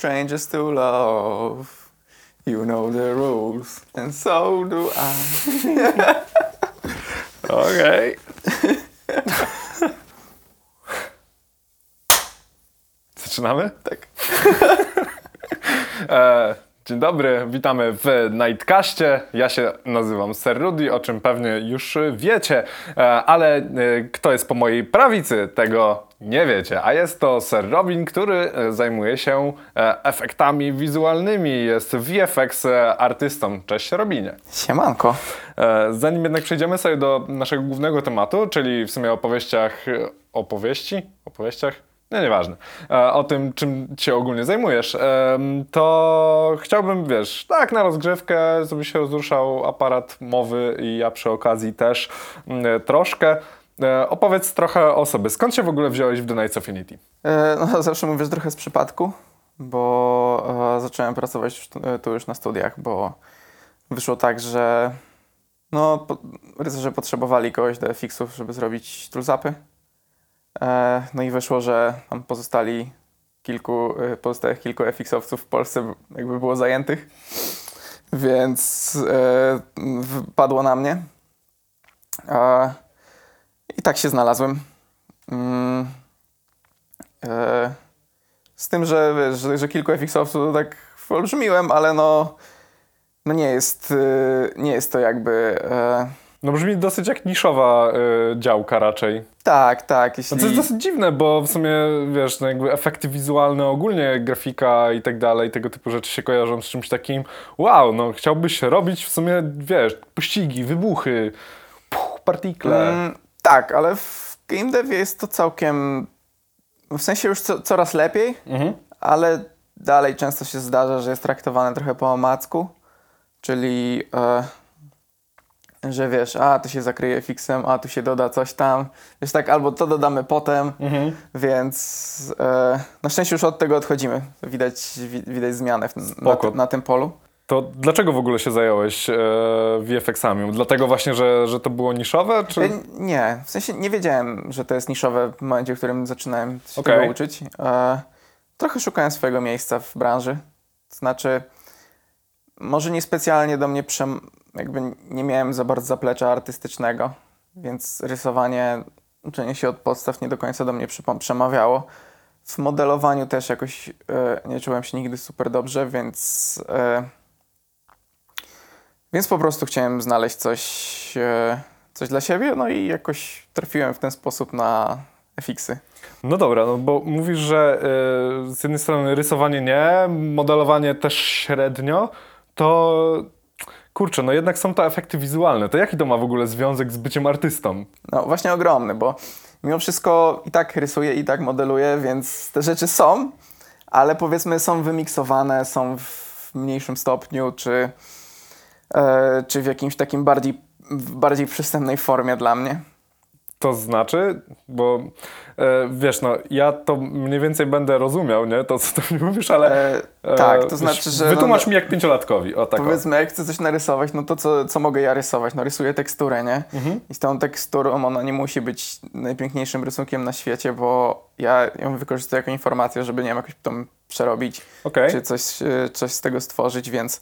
strangers to love. You know the rules, and so do I. Okej. Zaczynamy? Tak. Dzień dobry, witamy w Nightcaście. Ja się nazywam Sir Rudy, o czym pewnie już wiecie, ale kto jest po mojej prawicy, tego nie wiecie. A jest to Sir Robin, który zajmuje się efektami wizualnymi, jest VFX artystą. Cześć Robinie. Siemanko. Zanim jednak przejdziemy sobie do naszego głównego tematu, czyli w sumie opowieściach? No nieważne. O tym, czym się ogólnie zajmujesz, to chciałbym, tak na rozgrzewkę, żeby się rozruszał aparat mowy i ja przy okazji też troszkę. Opowiedz trochę o sobie. Skąd się w ogóle wziąłeś w The Knights of Unity? No, zawsze mówisz trochę z przypadku, bo zacząłem pracować tu już na studiach, bo wyszło tak, że rycerze potrzebowali kogoś do FX-ów, żeby zrobić toolsapy. No i wyszło, że tam pozostałych kilku FX-owców w Polsce jakby było zajętych, więc padło na mnie. I tak się znalazłem. Z tym, że wiesz, że kilku FX-owców to tak olbrzymiłem, ale nie jest to jakby... No brzmi dosyć jak niszowa działka raczej. Tak. No to jest dosyć dziwne, bo w sumie, jakby efekty wizualne, ogólnie grafika i tak dalej, tego typu rzeczy się kojarzą z czymś takim, wow, no chciałbyś robić w sumie, pościgi, wybuchy, partikle. Tak, ale w game devie jest to całkiem, w sensie już coraz lepiej, ale dalej często się zdarza, że jest traktowane trochę po omacku, czyli... że tu się zakryje fixem, tu się doda coś tam. Albo to dodamy potem, więc na szczęście już od tego odchodzimy. Widać zmianę na tym polu. To dlaczego w ogóle się zająłeś VFX-ami? Dlatego właśnie, że to było niszowe? Czy... Nie, w sensie nie wiedziałem, że to jest niszowe w momencie, w którym zaczynałem się tego uczyć. Trochę szukałem swojego miejsca w branży. To znaczy, może niespecjalnie do mnie jakby nie miałem za bardzo zaplecza artystycznego, więc rysowanie, uczenie się od podstaw nie do końca do mnie przemawiało. W modelowaniu też jakoś nie czułem się nigdy super dobrze, więc po prostu chciałem znaleźć coś dla siebie, no i jakoś trafiłem w ten sposób na FX-y. No dobra, no bo mówisz, że z jednej strony rysowanie nie, modelowanie też średnio, to... Kurczę, no jednak są to efekty wizualne. To jaki to ma w ogóle związek z byciem artystą? No właśnie ogromny, bo mimo wszystko i tak rysuję, i tak modeluję, więc te rzeczy są, ale powiedzmy są wymiksowane, są w mniejszym stopniu, czy w jakimś takim bardziej przystępnej formie dla mnie. To znaczy, bo ja to mniej więcej będę rozumiał, nie? To, co ty mi mówisz, ale... tak, to znaczy, że... Wytłumacz mi jak pięciolatkowi, o tak. Powiedzmy, jak chcę coś narysować, no to co mogę ja rysować? No rysuję teksturę, nie? I z tą teksturą ona nie musi być najpiękniejszym rysunkiem na świecie, bo ja ją wykorzystuję jako informację, żeby, nie wiem, jakoś tam przerobić, czy coś z tego stworzyć, więc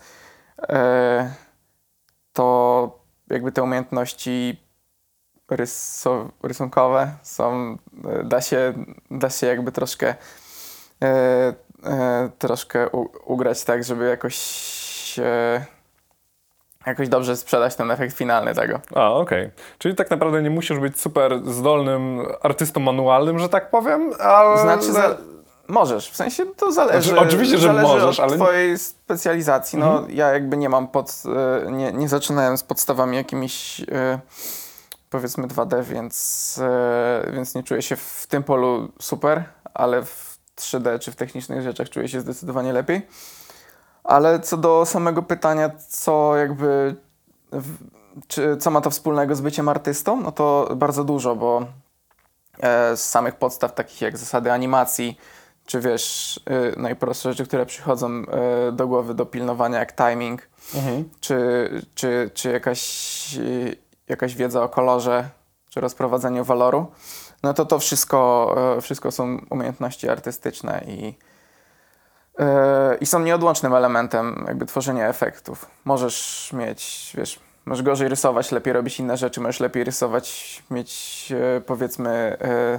to jakby te umiejętności rysunkowe są, da się jakby troszkę ugrać tak, żeby jakoś dobrze sprzedać ten efekt finalny tego. Okej. Czyli tak naprawdę nie musisz być super zdolnym artystą manualnym, że tak powiem, ale... Znaczy, możesz, w sensie to zależy. Oczywiście, że możesz, od ale... twojej specjalizacji. No, ja jakby nie mam nie zaczynałem z podstawami jakimiś powiedzmy 2D, więc nie czuję się w tym polu super, ale w 3D czy w technicznych rzeczach czuję się zdecydowanie lepiej. Ale co do samego pytania, co ma to wspólnego z byciem artystą, no to bardzo dużo, bo z samych podstaw takich jak zasady animacji, czy najprostsze rzeczy, które przychodzą do głowy do pilnowania jak timing, czy jakaś wiedza o kolorze, czy rozprowadzeniu waloru, no to wszystko są umiejętności artystyczne i I są nieodłącznym elementem jakby tworzenia efektów. Możesz mieć, wiesz, możesz gorzej rysować, lepiej robić inne rzeczy, możesz lepiej rysować, mieć powiedzmy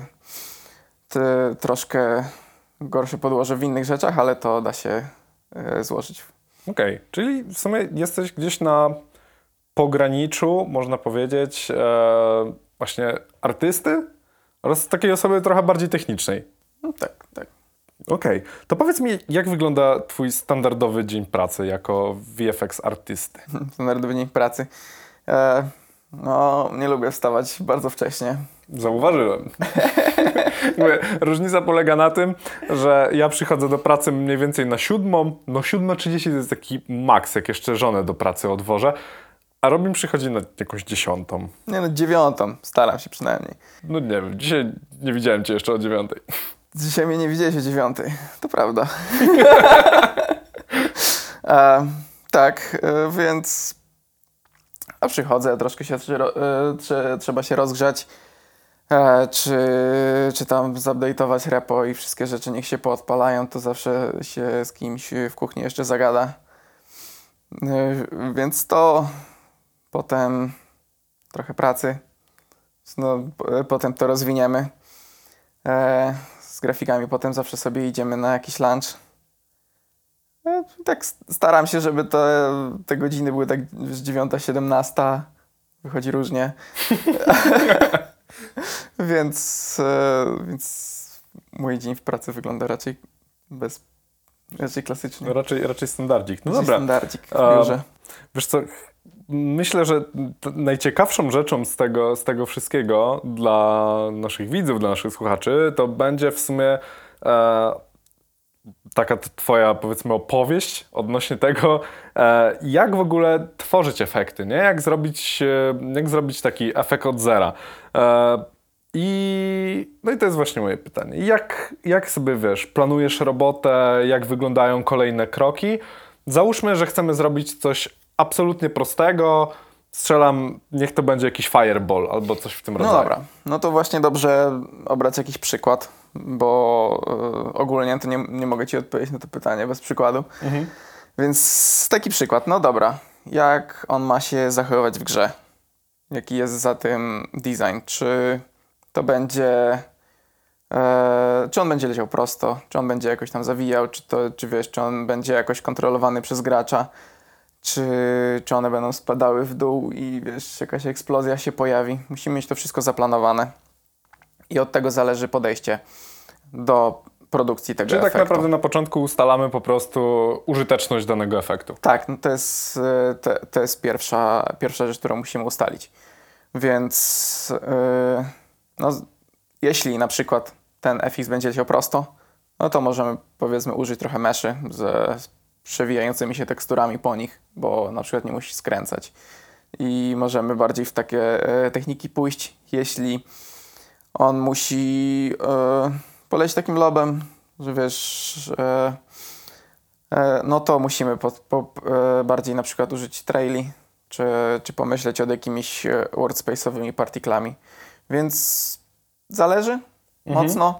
troszkę gorsze podłoże w innych rzeczach, ale to da się złożyć. Okej, czyli w sumie jesteś gdzieś na pograniczu, można powiedzieć, właśnie artysty oraz takiej osoby trochę bardziej technicznej. No, tak, tak. Okej, to powiedz mi, jak wygląda twój standardowy dzień pracy jako VFX artysty? Standardowy dzień pracy. No, nie lubię wstawać bardzo wcześnie. Zauważyłem. Mówię, różnica polega na tym, że ja przychodzę do pracy mniej więcej na 7:00, no 7:30 to jest taki maks, jak jeszcze żonę do pracy odwożę, a Robin przychodzi na jakąś 10:00. Nie no, 9:00, staram się przynajmniej. No nie wiem, dzisiaj nie widziałem cię jeszcze o 9:00. Dzisiaj mnie nie widziałeś o 9:00, to prawda. Tak, więc przychodzę, troszkę się trzeba się rozgrzać, czy tam zupdate'ować repo i wszystkie rzeczy niech się poodpalają, to zawsze się z kimś w kuchni jeszcze zagada. Więc to potem trochę pracy, no, potem to rozwiniemy. Z grafikami potem zawsze sobie idziemy na jakiś lunch. Tak staram się, żeby te godziny były tak 9:00-17:00. Wychodzi różnie. więc mój dzień w pracy wygląda raczej klasycznie. Raczej standardzik. No Raczej dobra. standardzik w biurze. Wiesz co, myślę, że najciekawszą rzeczą z tego wszystkiego dla naszych widzów, dla naszych słuchaczy, to będzie w sumie taka twoja, powiedzmy, opowieść odnośnie tego, jak w ogóle tworzyć efekty, nie? Jak zrobić taki efekt od zera. No i to jest właśnie moje pytanie. Jak sobie, wiesz, planujesz robotę, jak wyglądają kolejne kroki? Załóżmy, że chcemy zrobić coś absolutnie prostego, strzelam, niech to będzie jakiś fireball albo coś w tym rodzaju. No dobra, no to właśnie dobrze obrać jakiś przykład, bo ogólnie to nie mogę ci odpowiedzieć na to pytanie bez przykładu. Więc taki przykład, no dobra, jak on ma się zachowywać w grze? Jaki jest za tym design? Czy to będzie... czy on będzie leciał prosto? Czy on będzie jakoś tam zawijał? Czy on będzie jakoś kontrolowany przez gracza? Czy one będą spadały w dół i wiesz, jakaś eksplozja się pojawi? Musimy mieć to wszystko zaplanowane. I od tego zależy podejście do produkcji tego efektu. Czyli tak naprawdę na początku ustalamy po prostu użyteczność danego efektu. Tak, no to jest pierwsza rzecz, którą musimy ustalić. Więc no, jeśli na przykład ten FX będzie leciał prosto, no to możemy, powiedzmy, użyć trochę meszy z przewijającymi się teksturami po nich, bo na przykład nie musi skręcać. I możemy bardziej w takie techniki pójść, jeśli on musi polecieć takim lobem, że wiesz, no to musimy bardziej na przykład użyć traili, czy pomyśleć od jakimiś wordspace'owymi partiklami. Więc zależy mocno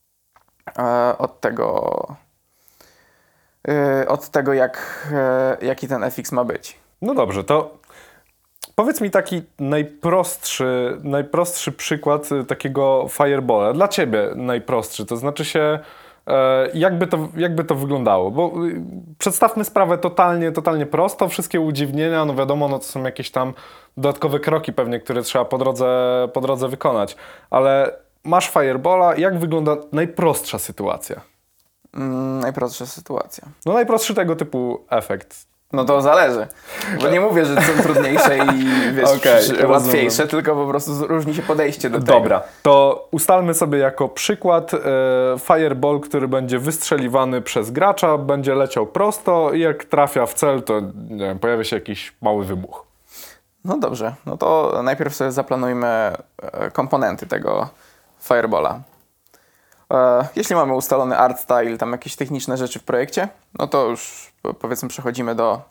od tego, jaki ten FX ma być. No dobrze, to powiedz mi taki najprostszy przykład takiego fireballa. Dla ciebie najprostszy, to znaczy się jakby to wyglądało, bo przedstawmy sprawę totalnie prosto, wszystkie udziwnienia, no wiadomo, no to są jakieś tam dodatkowe kroki pewnie, które trzeba po drodze wykonać, ale masz fireballa, jak wygląda najprostsza sytuacja? Najprostsza sytuacja. No najprostszy tego typu efekt. No to zależy, bo nie mówię, że są trudniejsze i wiesz, łatwiejsze, rozumiem. tylko po prostu różni się podejście do tego. Dobra, to ustalmy sobie jako przykład fireball, który będzie wystrzeliwany przez gracza, będzie leciał prosto i jak trafia w cel, to nie wiem, pojawia się jakiś mały wybuch. No dobrze, no to najpierw sobie zaplanujmy komponenty tego fireballa. Jeśli mamy ustalony art style, tam jakieś techniczne rzeczy w projekcie, no to już powiedzmy przechodzimy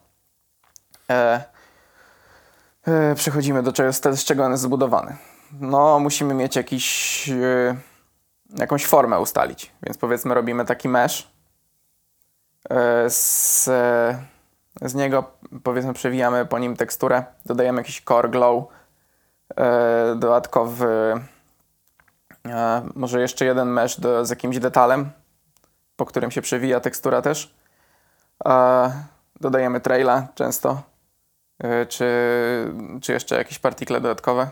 do czegoś, z czego on jest zbudowany. No musimy mieć jakąś formę ustalić, więc powiedzmy robimy taki mesh Z niego powiedzmy przewijamy po nim teksturę, dodajemy jakiś core glow, dodatkowy może jeszcze jeden mesh z jakimś detalem, po którym się przewija tekstura też. Dodajemy traila często, czy jeszcze jakieś partikle dodatkowe.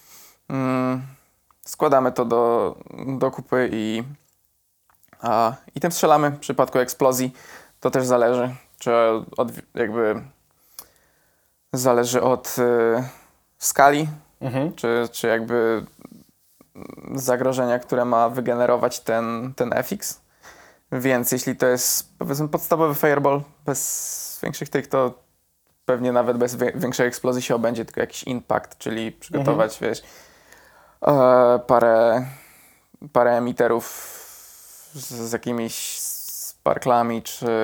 Składamy to do kupy i tym strzelamy. W przypadku eksplozji to też zależy, zależy od skali, czy jakby zagrożenia, które ma wygenerować ten FX. Więc jeśli to jest powiedzmy podstawowy fireball bez większych tych, to pewnie nawet bez większej eksplozji się obędzie, tylko jakiś impact, czyli przygotować, wiesz, parę emiterów z jakimiś sparklami,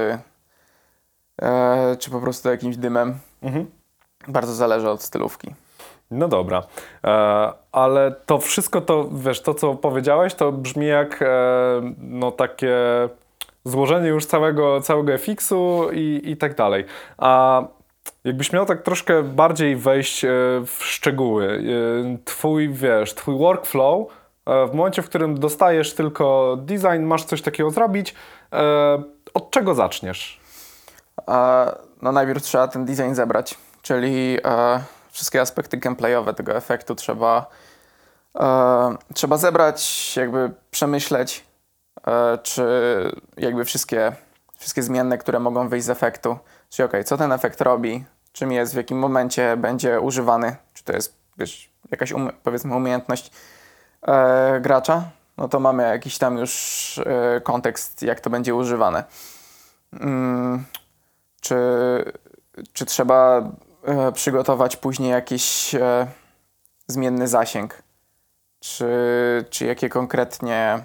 czy po prostu jakimś dymem. Bardzo zależy od stylówki. No dobra, ale to wszystko to, wiesz, to co powiedziałeś, to brzmi jak no takie złożenie już całego FX-u i tak dalej. A jakbyś miał tak troszkę bardziej wejść w szczegóły, twój workflow, w momencie, w którym dostajesz tylko design, masz coś takiego zrobić, od czego zaczniesz? No najpierw trzeba ten design zebrać, czyli wszystkie aspekty gameplayowe tego efektu trzeba zebrać, jakby przemyśleć, czy jakby wszystkie zmienne, które mogą wyjść z efektu, czyli co ten efekt robi, czym jest, w jakim momencie będzie używany, czy to jest, wiesz, jakaś powiedzmy umiejętność gracza, no to mamy jakiś tam już kontekst, jak to będzie używane. Czy trzeba przygotować później jakiś zmienny zasięg, czy jakie konkretnie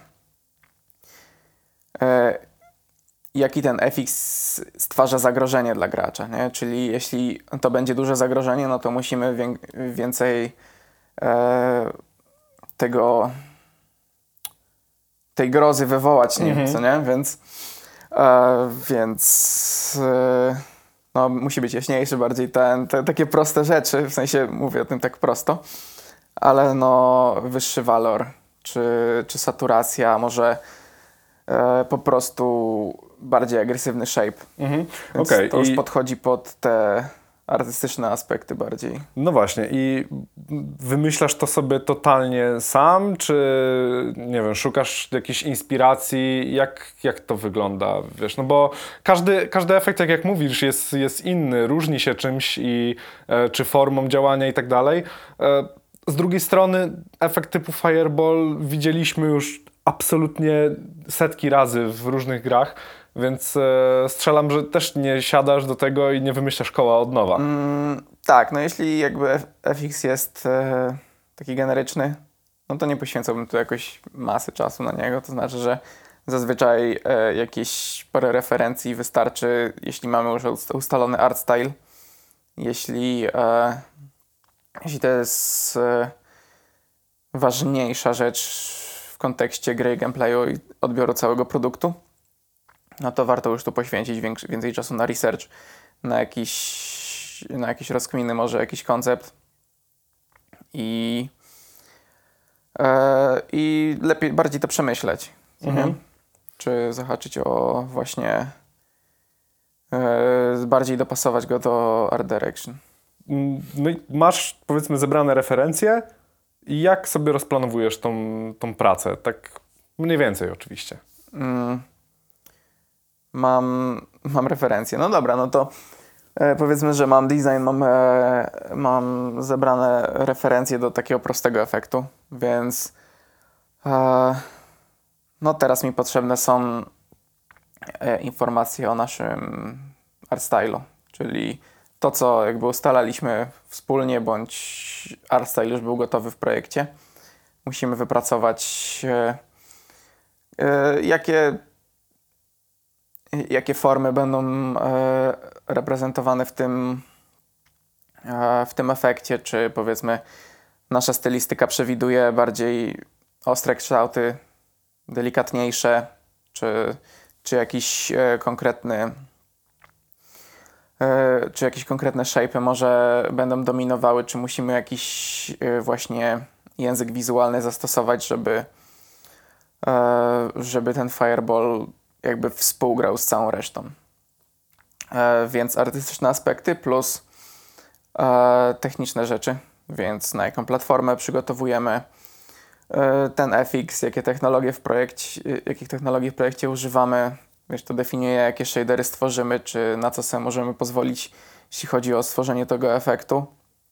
jaki ten FX stwarza zagrożenie dla gracza, nie? Czyli jeśli to będzie duże zagrożenie, no to musimy więcej tej grozy wywołać nim, co nie? Więc no, musi być jaśniejszy bardziej takie proste rzeczy, w sensie mówię o tym tak prosto, ale no wyższy walor, czy saturacja, może po prostu bardziej agresywny shape. Więc to już podchodzi pod te artystyczne aspekty bardziej. No właśnie, i wymyślasz to sobie totalnie sam, czy nie wiem, szukasz jakiejś inspiracji? Jak to wygląda? Wiesz, no bo każdy efekt, tak jak mówisz, jest inny, różni się czymś czy formą działania i tak dalej. Z drugiej strony efekt typu Fireball widzieliśmy już absolutnie setki razy w różnych grach, więc strzelam, że też nie siadasz do tego i nie wymyślasz koła od nowa. Tak, no jeśli jakby FX jest taki generyczny, no to nie poświęcałbym tu jakoś masy czasu na niego, to znaczy, że zazwyczaj jakieś parę referencji wystarczy, jeśli mamy już ustalony art style. Jeśli to jest ważniejsza rzecz w kontekście gry, gameplayu i odbioru całego produktu, no to warto już tu poświęcić więcej czasu na research, na jakieś rozkminy, może jakiś koncept i lepiej, bardziej to przemyśleć. Nie? Czy zahaczyć o właśnie bardziej dopasować go do art direction. No i masz, powiedzmy, zebrane referencje i jak sobie rozplanowujesz tą pracę? Tak mniej więcej oczywiście. Mam referencje. No dobra, no to powiedzmy, że mam design, mam zebrane referencje do takiego prostego efektu, więc no teraz mi potrzebne są informacje o naszym art stylu, czyli to, co jakby ustalaliśmy wspólnie, bądź art style już był gotowy w projekcie. Musimy wypracować jakie formy będą reprezentowane w tym efekcie, czy powiedzmy nasza stylistyka przewiduje bardziej ostre kształty, delikatniejsze, czy jakiś czy jakieś konkretne shape'y może będą dominowały, czy musimy jakiś właśnie język wizualny zastosować, żeby ten Fireball jakby współgrał z całą resztą. Więc artystyczne aspekty plus techniczne rzeczy, więc na jaką platformę przygotowujemy ten FX, jakich technologii w projekcie używamy, wiesz, to definiuje, jakie shadery stworzymy, czy na co sobie możemy pozwolić, jeśli chodzi o stworzenie tego efektu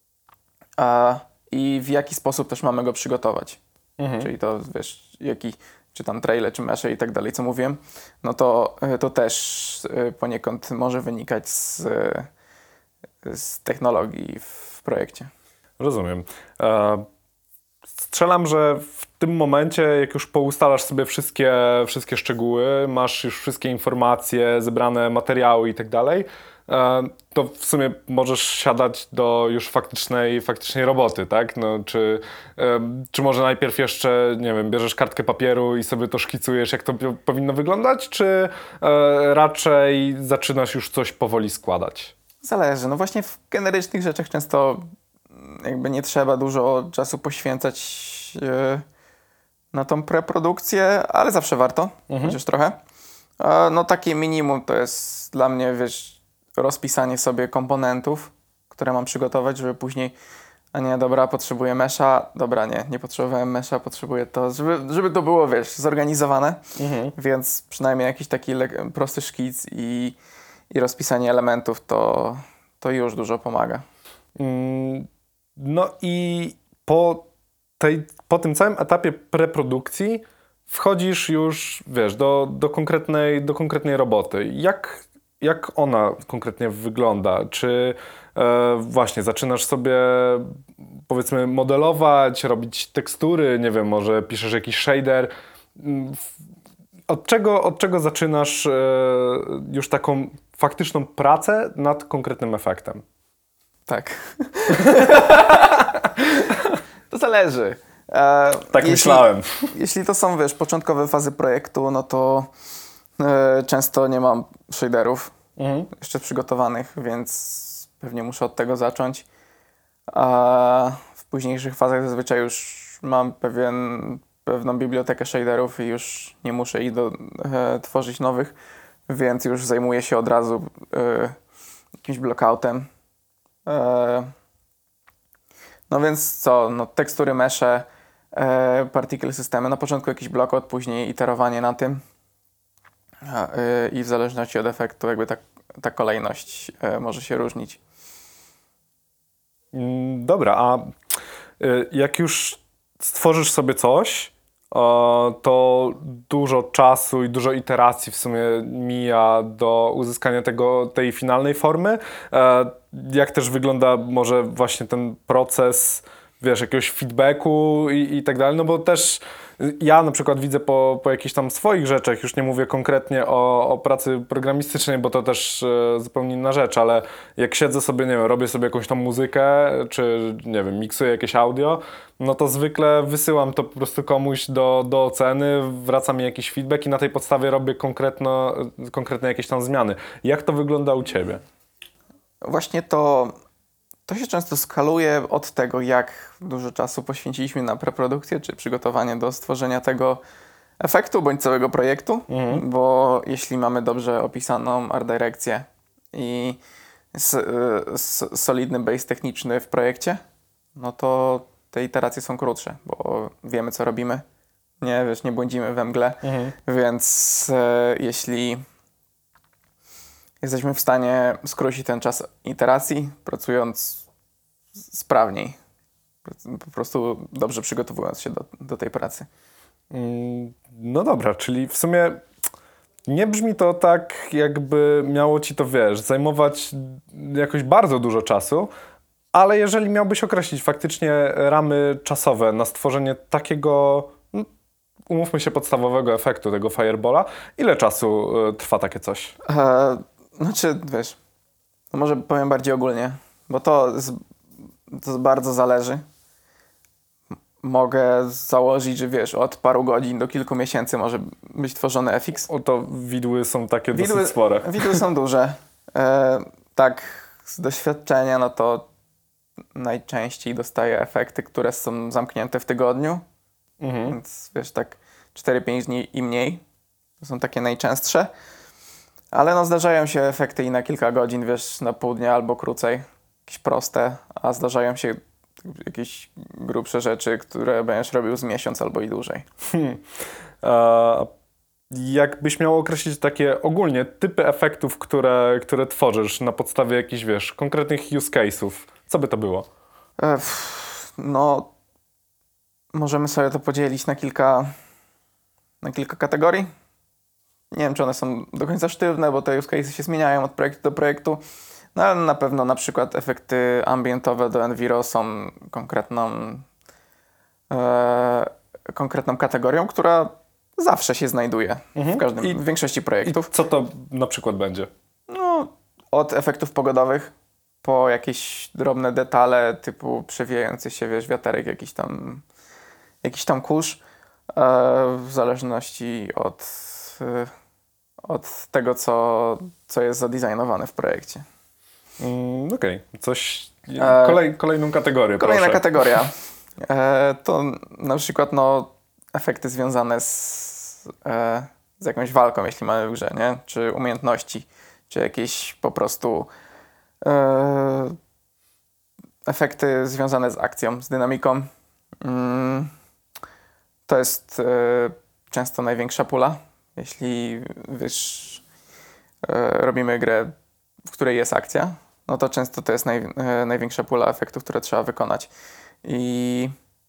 i w jaki sposób też mamy go przygotować. Czyli to, wiesz, czy tam traile, czy mesze i tak dalej, co mówiłem, no to też poniekąd może wynikać z technologii w projekcie. Rozumiem. Strzelam, że w tym momencie, jak już poustalasz sobie wszystkie szczegóły, masz już wszystkie informacje, zebrane materiały i tak dalej, to w sumie możesz siadać do już faktycznej roboty, tak? No, czy może najpierw jeszcze, nie wiem, bierzesz kartkę papieru i sobie to szkicujesz, jak to powinno wyglądać, czy raczej zaczynasz już coś powoli składać? Zależy. No właśnie w generycznych rzeczach często jakby nie trzeba dużo czasu poświęcać na tą preprodukcję, ale zawsze warto, chociaż trochę. No takie minimum to jest dla mnie, wiesz, rozpisanie sobie komponentów, które mam przygotować, żeby później, a nie, dobra, potrzebuję mesza, dobra, nie potrzebowałem mesza, potrzebuję to, żeby to było, wiesz, zorganizowane, więc przynajmniej jakiś taki prosty szkic i rozpisanie elementów to już dużo pomaga. No i po tym całym etapie preprodukcji wchodzisz już, wiesz, do konkretnej roboty. Jak ona konkretnie wygląda? Czy właśnie zaczynasz sobie, powiedzmy, modelować, robić tekstury, nie wiem, może piszesz jakiś shader? Od czego zaczynasz już taką faktyczną pracę nad konkretnym efektem? Tak. To zależy. Myślałem. Jeśli to są, wiesz, początkowe fazy projektu, no to często nie mam shaderów jeszcze przygotowanych, więc pewnie muszę od tego zacząć. A w późniejszych fazach zazwyczaj już mam pewną bibliotekę shaderów i już nie muszę tworzyć nowych, więc już zajmuję się od razu jakimś blockoutem. No więc co, no tekstury, mesze, particle systemy, na początku jakiś blockout, później iterowanie na tym i w zależności od efektu jakby ta kolejność może się różnić. Dobra, a jak już stworzysz sobie coś, to dużo czasu i dużo iteracji w sumie mija do uzyskania tej finalnej formy. Jak też wygląda może właśnie ten proces, wiesz, jakiegoś feedbacku i tak dalej, no bo też ja na przykład widzę po jakichś tam swoich rzeczach, już nie mówię konkretnie o pracy programistycznej, bo to też zupełnie inna rzecz, ale jak siedzę sobie, nie wiem, robię sobie jakąś tam muzykę, czy nie wiem, miksuję jakieś audio, no to zwykle wysyłam to po prostu komuś do oceny, wraca mi jakiś feedback i na tej podstawie robię konkretne jakieś tam zmiany. Jak to wygląda u Ciebie? Właśnie to się często skaluje od tego, jak dużo czasu poświęciliśmy na preprodukcję, czy przygotowanie do stworzenia tego efektu, bądź całego projektu, bo jeśli mamy dobrze opisaną art dyrekcję i solidny base techniczny w projekcie, no to te iteracje są krótsze, bo wiemy, co robimy, nie błądzimy we mgle, więc jeśli jesteśmy w stanie skrócić ten czas iteracji, pracując sprawniej. Po prostu dobrze przygotowując się do tej pracy. No dobra, czyli w sumie nie brzmi to tak, jakby miało Ci to, wiesz, zajmować jakoś bardzo dużo czasu, ale jeżeli miałbyś określić faktycznie ramy czasowe na stworzenie takiego, umówmy się, podstawowego efektu tego Fireballa, ile czasu trwa takie coś? Znaczy, wiesz, no może powiem bardziej ogólnie, bo to bardzo zależy. mogę założyć, że wiesz, od paru godzin do kilku miesięcy może być tworzony FX. Oto widły są takie dosyć spore. Widły są duże. Tak z doświadczenia, no to najczęściej dostaję efekty, które są zamknięte w tygodniu. Więc wiesz, tak 4-5 dni i mniej. To są takie najczęstsze. Ale no zdarzają się efekty i na kilka godzin, wiesz, na pół dnia albo krócej. Jakieś proste, a zdarzają się jakieś grubsze rzeczy, które będziesz robił z miesiąc albo i dłużej. Jakbyś miał określić takie ogólnie typy efektów, które tworzysz na podstawie jakichś, wiesz, konkretnych use case'ów, co by to było? No, możemy sobie to podzielić na kilka kategorii. Nie wiem, czy one są do końca sztywne, bo te use case'y się zmieniają od projektu do projektu. No ale na pewno na przykład efekty ambientowe do Enviro są konkretną kategorią, która zawsze się znajduje w większości projektów. Co to na przykład będzie? No, od efektów pogodowych po jakieś drobne detale typu przewijający się, wiesz, wiaterek, jakiś tam kurz, w zależności od tego, co jest zadizajnowane w projekcie. Okej. Kolejną kategorię, Kolejna proszę. kategoria to na przykład efekty związane z jakąś walką, jeśli mamy w grze, nie? Czy umiejętności, czy jakieś po prostu efekty związane z akcją, z dynamiką. To jest często największa pula, jeśli wiesz, robimy grę, w której jest akcja, no to często to jest największa pula efektów, które trzeba wykonać. I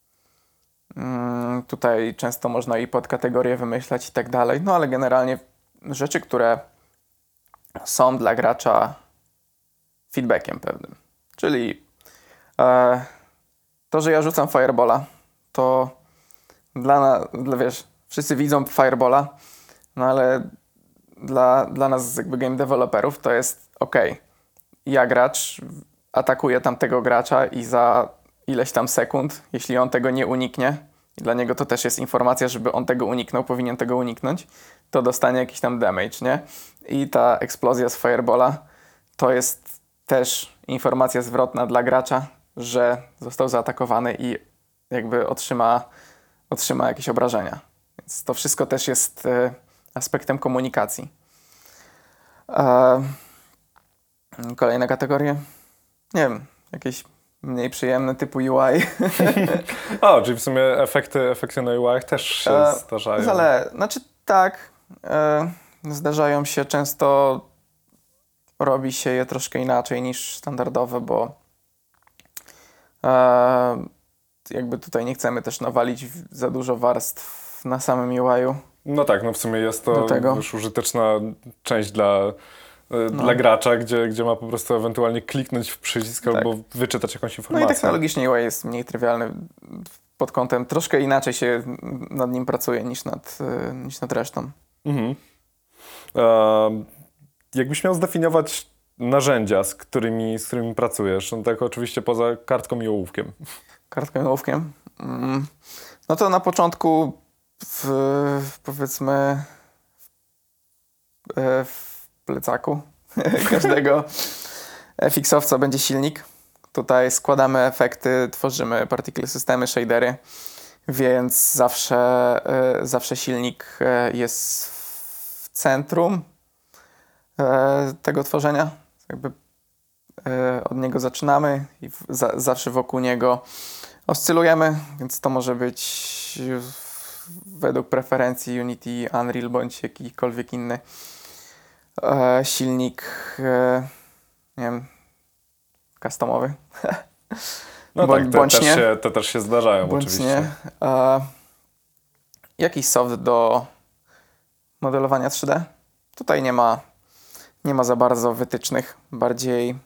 tutaj często można i podkategorie wymyślać i tak dalej, no ale generalnie rzeczy, które są dla gracza feedbackiem pewnym. Czyli to, że ja rzucam Firebola, to wiesz, wszyscy widzą Firebola, no ale dla nas jakby game developerów to jest ja gracz atakuję tamtego gracza i za ileś tam sekund, jeśli on tego nie uniknie, i dla niego to też jest informacja, żeby on tego uniknął, powinien tego uniknąć, to dostanie jakiś tam damage, nie? I ta eksplozja z Firebola to jest też informacja zwrotna dla gracza, że został zaatakowany i jakby otrzyma jakieś obrażenia. Więc to wszystko też jest aspektem komunikacji. Kolejne kategorie? Nie wiem, jakieś mniej przyjemne typu UI. Czyli w sumie efekty na UI też się zdarzają. Znaczy tak, zdarzają się często, robi się je troszkę inaczej niż standardowe, bo jakby tutaj nie chcemy też nawalić za dużo warstw na samym UI-u. No tak, no w sumie jest to już użyteczna część dla gracza, gdzie ma po prostu ewentualnie kliknąć w przycisk albo wyczytać jakąś informację. No i technologicznie UI jest mniej trywialny pod kątem, troszkę inaczej się nad nim pracuje niż nad resztą. Jakbyś miał zdefiniować narzędzia, z którymi pracujesz, no tak oczywiście poza kartką i ołówkiem. Kartką i ołówkiem? No to na początku powiedzmy w plecaku każdego FX-owca będzie silnik. Tutaj składamy efekty, tworzymy particle systemy, shadery, więc zawsze silnik jest w centrum tego tworzenia. Jakby od niego zaczynamy i zawsze wokół niego oscylujemy, więc to może być według preferencji Unity, Unreal bądź jakikolwiek inny silnik, nie wiem, customowy. No tak, te też się zdarzają oczywiście. Nie. Jakiś soft do modelowania 3D. Tutaj nie ma za bardzo wytycznych. Bardziej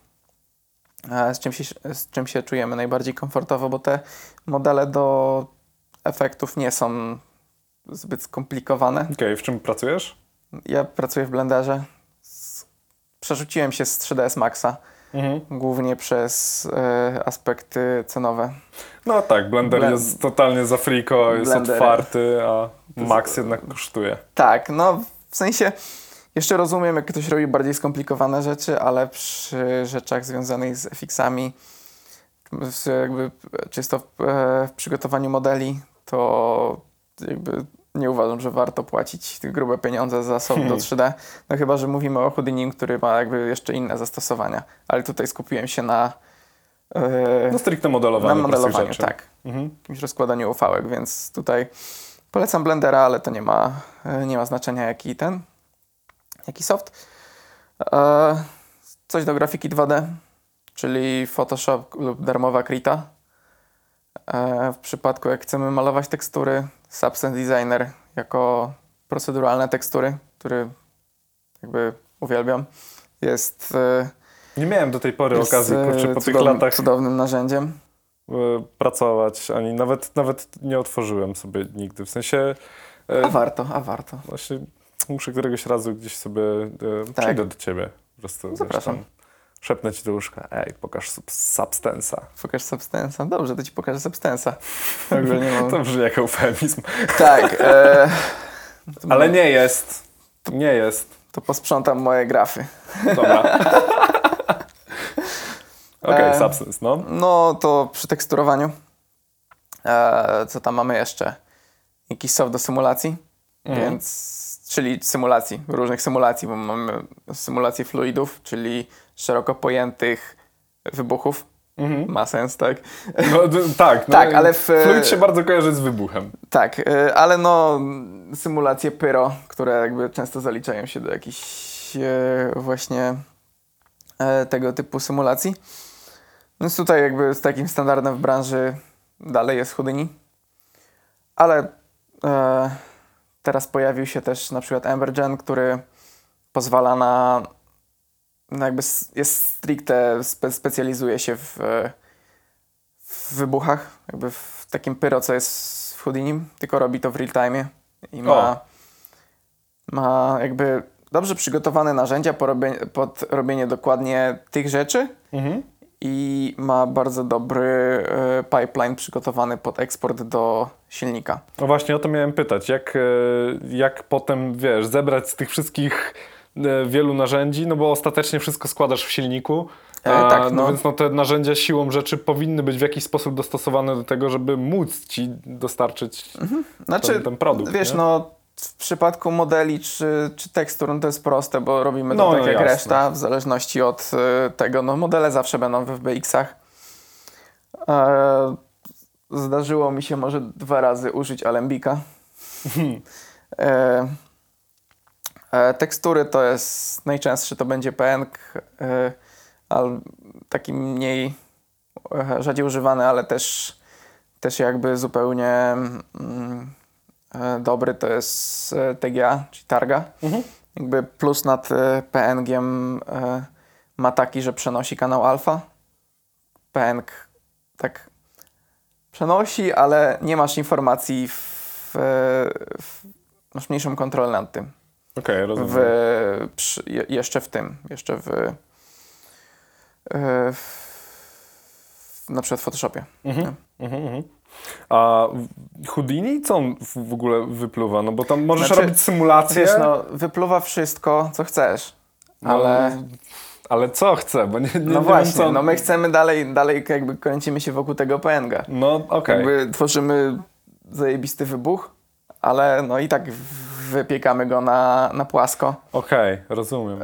z czym się czujemy najbardziej komfortowo, bo te modele do efektów nie są zbyt skomplikowane. W czym pracujesz? Ja pracuję w Blenderze. Przerzuciłem się z 3ds Maxa głównie przez aspekty cenowe. No tak, Blender jest totalnie za friko, jest otwarty, a Max jednak kosztuje. Tak, no w sensie jeszcze rozumiem, jak ktoś robi bardziej skomplikowane rzeczy, ale przy rzeczach związanych z FX-ami, jakby czysto w przygotowaniu modeli, to jakby nie uważam, że warto płacić grube pieniądze za soft do 3D. No chyba, że mówimy o Houdinim, który ma jakby jeszcze inne zastosowania. Ale tutaj skupiłem się na No stricte modelowaniu. na modelowaniu, tak. Jakimś rozkładaniu UV-ek, więc tutaj polecam Blendera, ale to nie ma znaczenia jaki soft. Coś do grafiki 2D, czyli Photoshop lub darmowa Krita. W przypadku jak chcemy malować tekstury, Substance Designer jako proceduralne tekstury, które jakby uwielbiam, jest Nie miałem do tej pory okazji, kurczę, po tych latach cudownym narzędziem. pracować, ani nawet nie otworzyłem sobie nigdy. W sensie... A warto. Właśnie muszę któregoś razu gdzieś sobie... Przyjdę do ciebie. Po prostu, zapraszam. Wiesz, szepnę ci do łóżka. Ej, pokaż Substance'a. Pokaż Substance'a. Dobrze, to ci pokażę Substance'a. Nie mam... To brzmi jak eufemizm. Tak. Ale nie jest. Nie jest. To posprzątam moje grafy. Dobra. Okej, Substance, no. No to przy teksturowaniu. Co tam mamy jeszcze? Jakiś soft do symulacji, czyli różnych symulacji, bo mamy symulację fluidów, czyli szeroko pojętych wybuchów. Ma sens, tak? No, tak, tak, ale fluid się bardzo kojarzy z wybuchem. Tak, ale no symulacje pyro, które jakby często zaliczają się do jakichś właśnie tego typu symulacji. Więc tutaj jakby z takim standardem w branży dalej jest Houdini. Ale teraz pojawił się też na przykład Embergen, który pozwala na jakby jest stricte, specjalizuje się w wybuchach, jakby w takim pyro, co jest w Houdinim, tylko robi to w real time i ma jakby dobrze przygotowane narzędzia pod robienie dokładnie tych rzeczy i ma bardzo dobry pipeline przygotowany pod eksport do silnika. No właśnie o to miałem pytać, jak potem, wiesz, zebrać z tych wszystkich wielu narzędzi, no bo ostatecznie wszystko składasz w silniku, tak, no więc te narzędzia siłą rzeczy powinny być w jakiś sposób dostosowane do tego, żeby móc ci dostarczyć ten produkt. Wiesz, nie? no w przypadku modeli czy tekstur, no to jest proste, bo robimy to tak jak jasne. reszta, w zależności od tego, no modele zawsze będą w FBX-ach. Zdarzyło mi się może 2 razy użyć Alembika. Tekstury to jest najczęstszy, to będzie PNG, ale taki mniej rzadziej używany, ale też jakby zupełnie dobry to jest TGA, czyli Targa. Jakby plus nad PNG-iem ma taki, że przenosi kanał alfa. PNG tak przenosi, ale nie masz informacji, masz mniejszą kontrolę nad tym. Okej, rozumiem. Jeszcze na przykład w Photoshopie. A Houdini co on w ogóle wypluwa? No bo tam możesz robić symulację. Wiesz, no, wypluwa wszystko, co chcesz, ale... Ale co chcę? Bo nie no właśnie, no my chcemy dalej jakby kręcimy się wokół tego PNG. No okej. Jakby tworzymy zajebisty wybuch, ale no i tak wypiekamy go na płasko. Okej, rozumiem.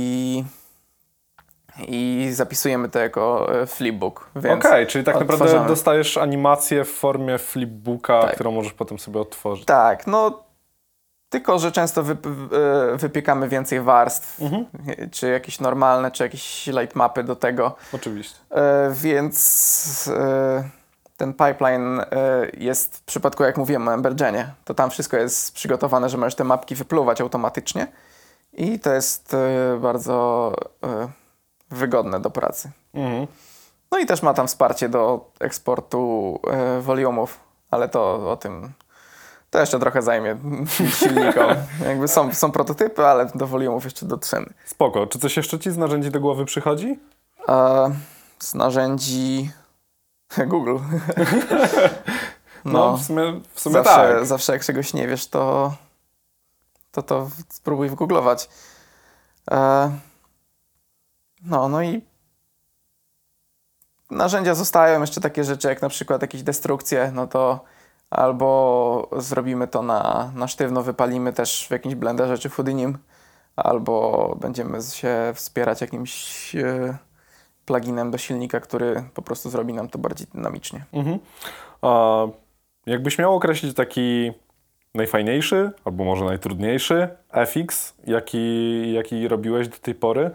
I zapisujemy to jako flipbook. Okej, czyli tak naprawdę dostajesz animację w formie flipbooka, tak, którą możesz potem sobie odtworzyć. Tak, no tylko, że często wypiekamy więcej warstw, czy jakieś normalne, czy jakieś lightmapy do tego. Oczywiście. Więc ten pipeline jest w przypadku, jak mówiłem o Embergenie, to tam wszystko jest przygotowane, że możesz te mapki wypluwać automatycznie i to jest bardzo wygodne do pracy. No i też ma tam wsparcie do eksportu volumów, ale to o tym to jeszcze trochę zajmie silnikom. Jakby są prototypy, ale do volumów jeszcze dotrzemy. Spoko. Czy coś jeszcze ci z narzędzi do głowy przychodzi? Z narzędzi Google. No, w sumie tak. Zawsze jak czegoś nie wiesz, to spróbuj wygooglować. No i narzędzia zostają, jeszcze takie rzeczy jak na przykład jakieś destrukcje, no to albo zrobimy to na sztywno, wypalimy też w jakimś blenderze czy Houdinim, albo będziemy się wspierać jakimś pluginem do silnika, który po prostu zrobi nam to bardziej dynamicznie. A jakbyś miał określić taki najfajniejszy, albo może najtrudniejszy FX, jaki robiłeś do tej pory?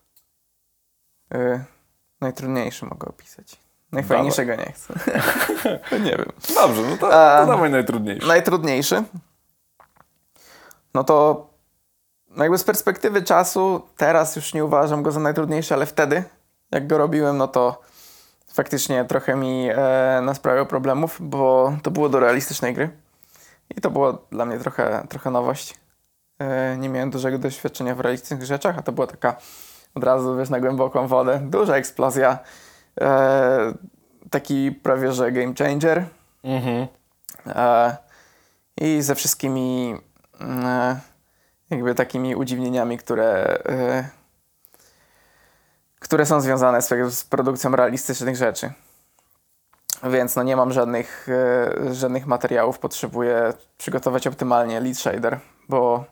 Najtrudniejszy mogę opisać. Najfajniejszego nie chcę. Nie wiem. Dobrze, no to dawaj najtrudniejszy. Najtrudniejszy? No to jakby z perspektywy czasu, teraz już nie uważam go za najtrudniejszy, ale wtedy, jak go robiłem, no to faktycznie trochę mi nasprawiał problemów, bo to było do realistycznej gry. I to było dla mnie trochę nowość. Nie miałem dużego doświadczenia w realistycznych rzeczach, a to była taka od razu, wiesz, na głęboką wodę. Duża eksplozja. Taki prawie, że game changer. I ze wszystkimi jakby takimi udziwnieniami, które są związane z produkcją realistycznych rzeczy. Więc no nie mam żadnych materiałów, potrzebuję przygotować optymalnie lead shader, bo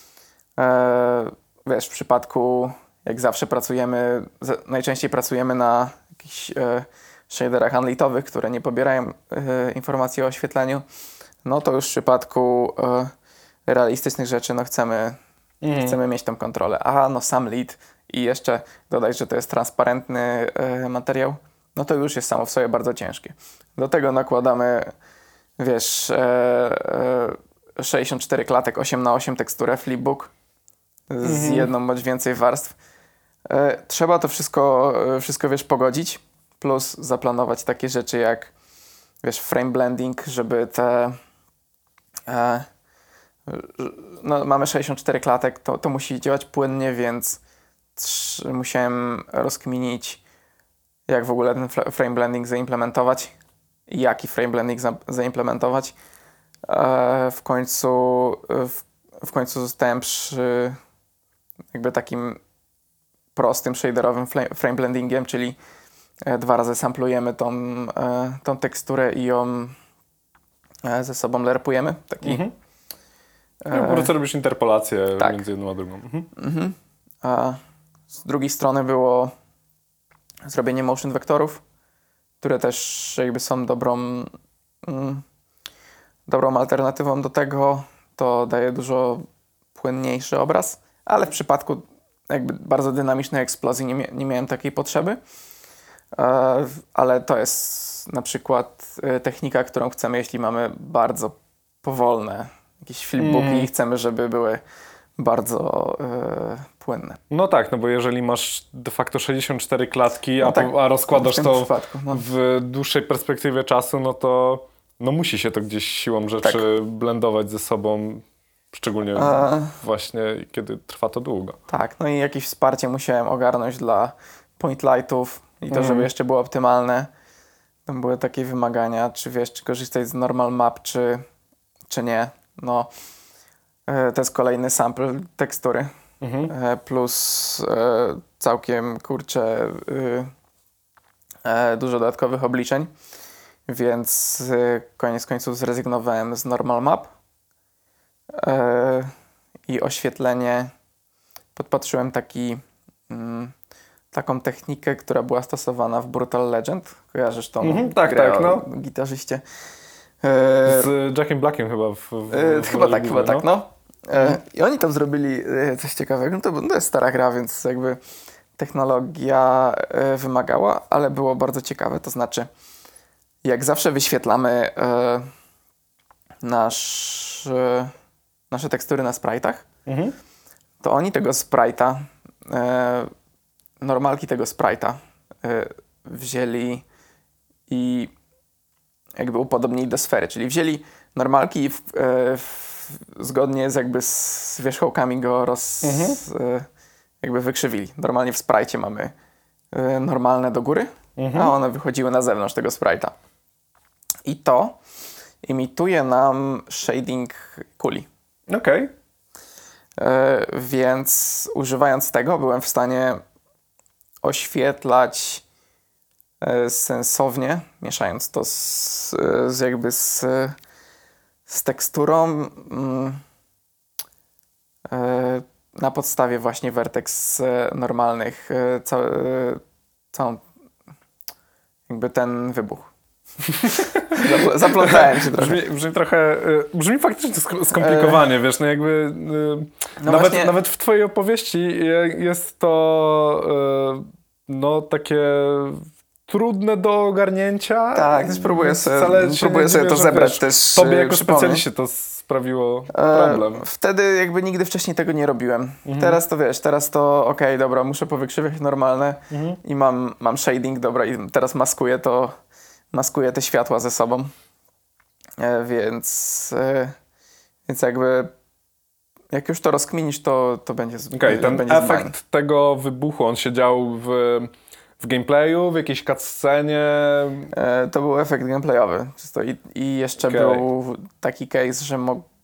wiesz, w przypadku jak zawsze najczęściej pracujemy na jakichś shaderach unlitowych, które nie pobierają informacji o oświetleniu, no to już w przypadku realistycznych rzeczy no chcemy mieć tą kontrolę. No sam lead i jeszcze dodać, że to jest transparentny materiał, no to już jest samo w sobie bardzo ciężkie. Do tego nakładamy, wiesz, 64 klatek 8x8 teksturę flipbook z jedną bądź więcej warstw. Trzeba to wszystko, wiesz, pogodzić, plus zaplanować takie rzeczy jak, wiesz, frame blending, żeby no, mamy 64 klatek, to musi działać płynnie, więc musiałem rozkminić, jak w ogóle ten frame blending zaimplementować i jaki frame blending zaimplementować. W końcu zostałem przy jakby takim prostym shaderowym frame blendingiem, czyli 2 razy samplujemy tą teksturę i ją ze sobą lerpujemy. Po prostu robisz interpolację tak. między jedną a drugą. A z drugiej strony było zrobienie motion vektorów, które też jakby są dobrą alternatywą do tego. To daje dużo płynniejszy obraz, ale w przypadku jakby bardzo dynamicznej eksplozji nie miałem takiej potrzeby. Ale to jest na przykład technika, którą chcemy, jeśli mamy bardzo powolne jakieś flipbooki i chcemy, żeby były bardzo płynne. No tak, no bo jeżeli masz de facto 64 klatki, no tak, a rozkładasz to no. w dłuższej perspektywie czasu, no to musi się to gdzieś siłą rzeczy blendować ze sobą, szczególnie właśnie kiedy trwa to długo. Tak, no i jakieś wsparcie musiałem ogarnąć dla point lightów i to, żeby jeszcze było optymalne. Tam były takie wymagania, czy korzystać z normal map, czy nie. No, to jest kolejny sample tekstury. Plus całkiem, dużo dodatkowych obliczeń. Więc koniec końców zrezygnowałem z normal map. I oświetlenie podpatrzyłem taką technikę, która była stosowana w Brutal Legend. Kojarzysz tą grę o gitarzyście? Z Jackiem Blackiem chyba. Chyba tak. I oni tam zrobili coś ciekawego. No to jest stara gra, więc jakby technologia wymagała, ale było bardzo ciekawe. To znaczy, jak zawsze wyświetlamy nasze tekstury na sprite'ach, to oni tego sprite'a, normalki tego sprite'a wzięli i jakby upodobnili do sfery, czyli wzięli normalki i zgodnie z wierzchołkami go jakby wykrzywili. Normalnie w sprite'cie mamy normalne do góry, a one wychodziły na zewnątrz tego sprite'a. I to imituje nam shading kuli. Okej. Więc używając tego byłem w stanie oświetlać sensownie, mieszając to z teksturą na podstawie właśnie Vertex normalnych, całą jakby ten wybuch. Zaplątałem się trochę. Brzmi trochę, brzmi faktycznie skomplikowanie, wiesz, no jakby No nawet, właśnie- nawet w twojej opowieści jest to no takie trudne do ogarnięcia. Tak, też próbuję Więc sobie, wcale się nie dziwię, to że, zebrać wiesz, też. Tobie jako przypomnieć. specjaliście to sprawiło problem. Wtedy jakby nigdy wcześniej tego nie robiłem. Teraz to wiesz, teraz to okej, dobra, muszę powykrzywiać normalne i mam shading, dobra, i teraz maskuję te światła ze sobą. Więc jakby jak już to rozkminisz, to będzie Okej, ten będzie efekt zdanie. tego wybuchu, on się dział w gameplayu, w jakiejś cutscenie. To był efekt gameplayowy. Czysto. I jeszcze Okej. był taki case, że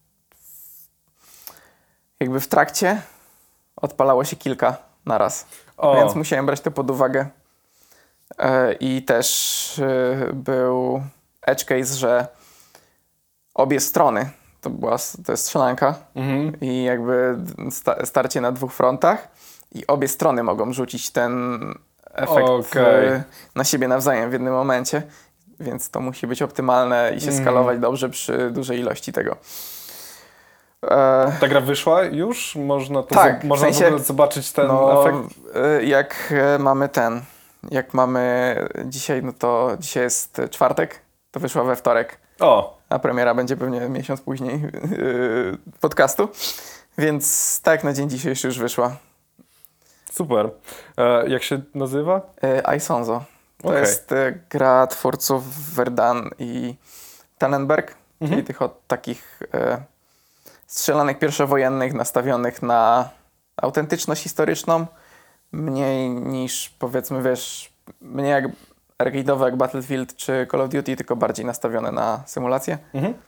jakby w trakcie odpalało się kilka naraz. O. Więc musiałem brać to pod uwagę. I też był edge case, że obie strony, to jest strzelanka i jakby starcie na dwóch frontach i obie strony mogą rzucić ten efekt Okej. na siebie nawzajem w jednym momencie, więc to musi być optymalne i się skalować dobrze przy dużej ilości tego. Ta gra wyszła już? Można to Tak, można w sensie- w ogóle zobaczyć ten No, efekt? jak mamy dzisiaj, no to dzisiaj jest czwartek, to wyszła we wtorek, O, a premiera będzie pewnie miesiąc później podcastu, więc tak na dzień dzisiejszy już wyszła. super. Jak się nazywa? Isonzo. To Okej. jest gra twórców Verdan i Tannenberg, czyli tych takich strzelanek pierwszowojennych nastawionych na autentyczność historyczną, mniej niż powiedzmy, wiesz, mniej jak arcade'owe jak Battlefield czy Call of Duty, tylko bardziej nastawione na symulację.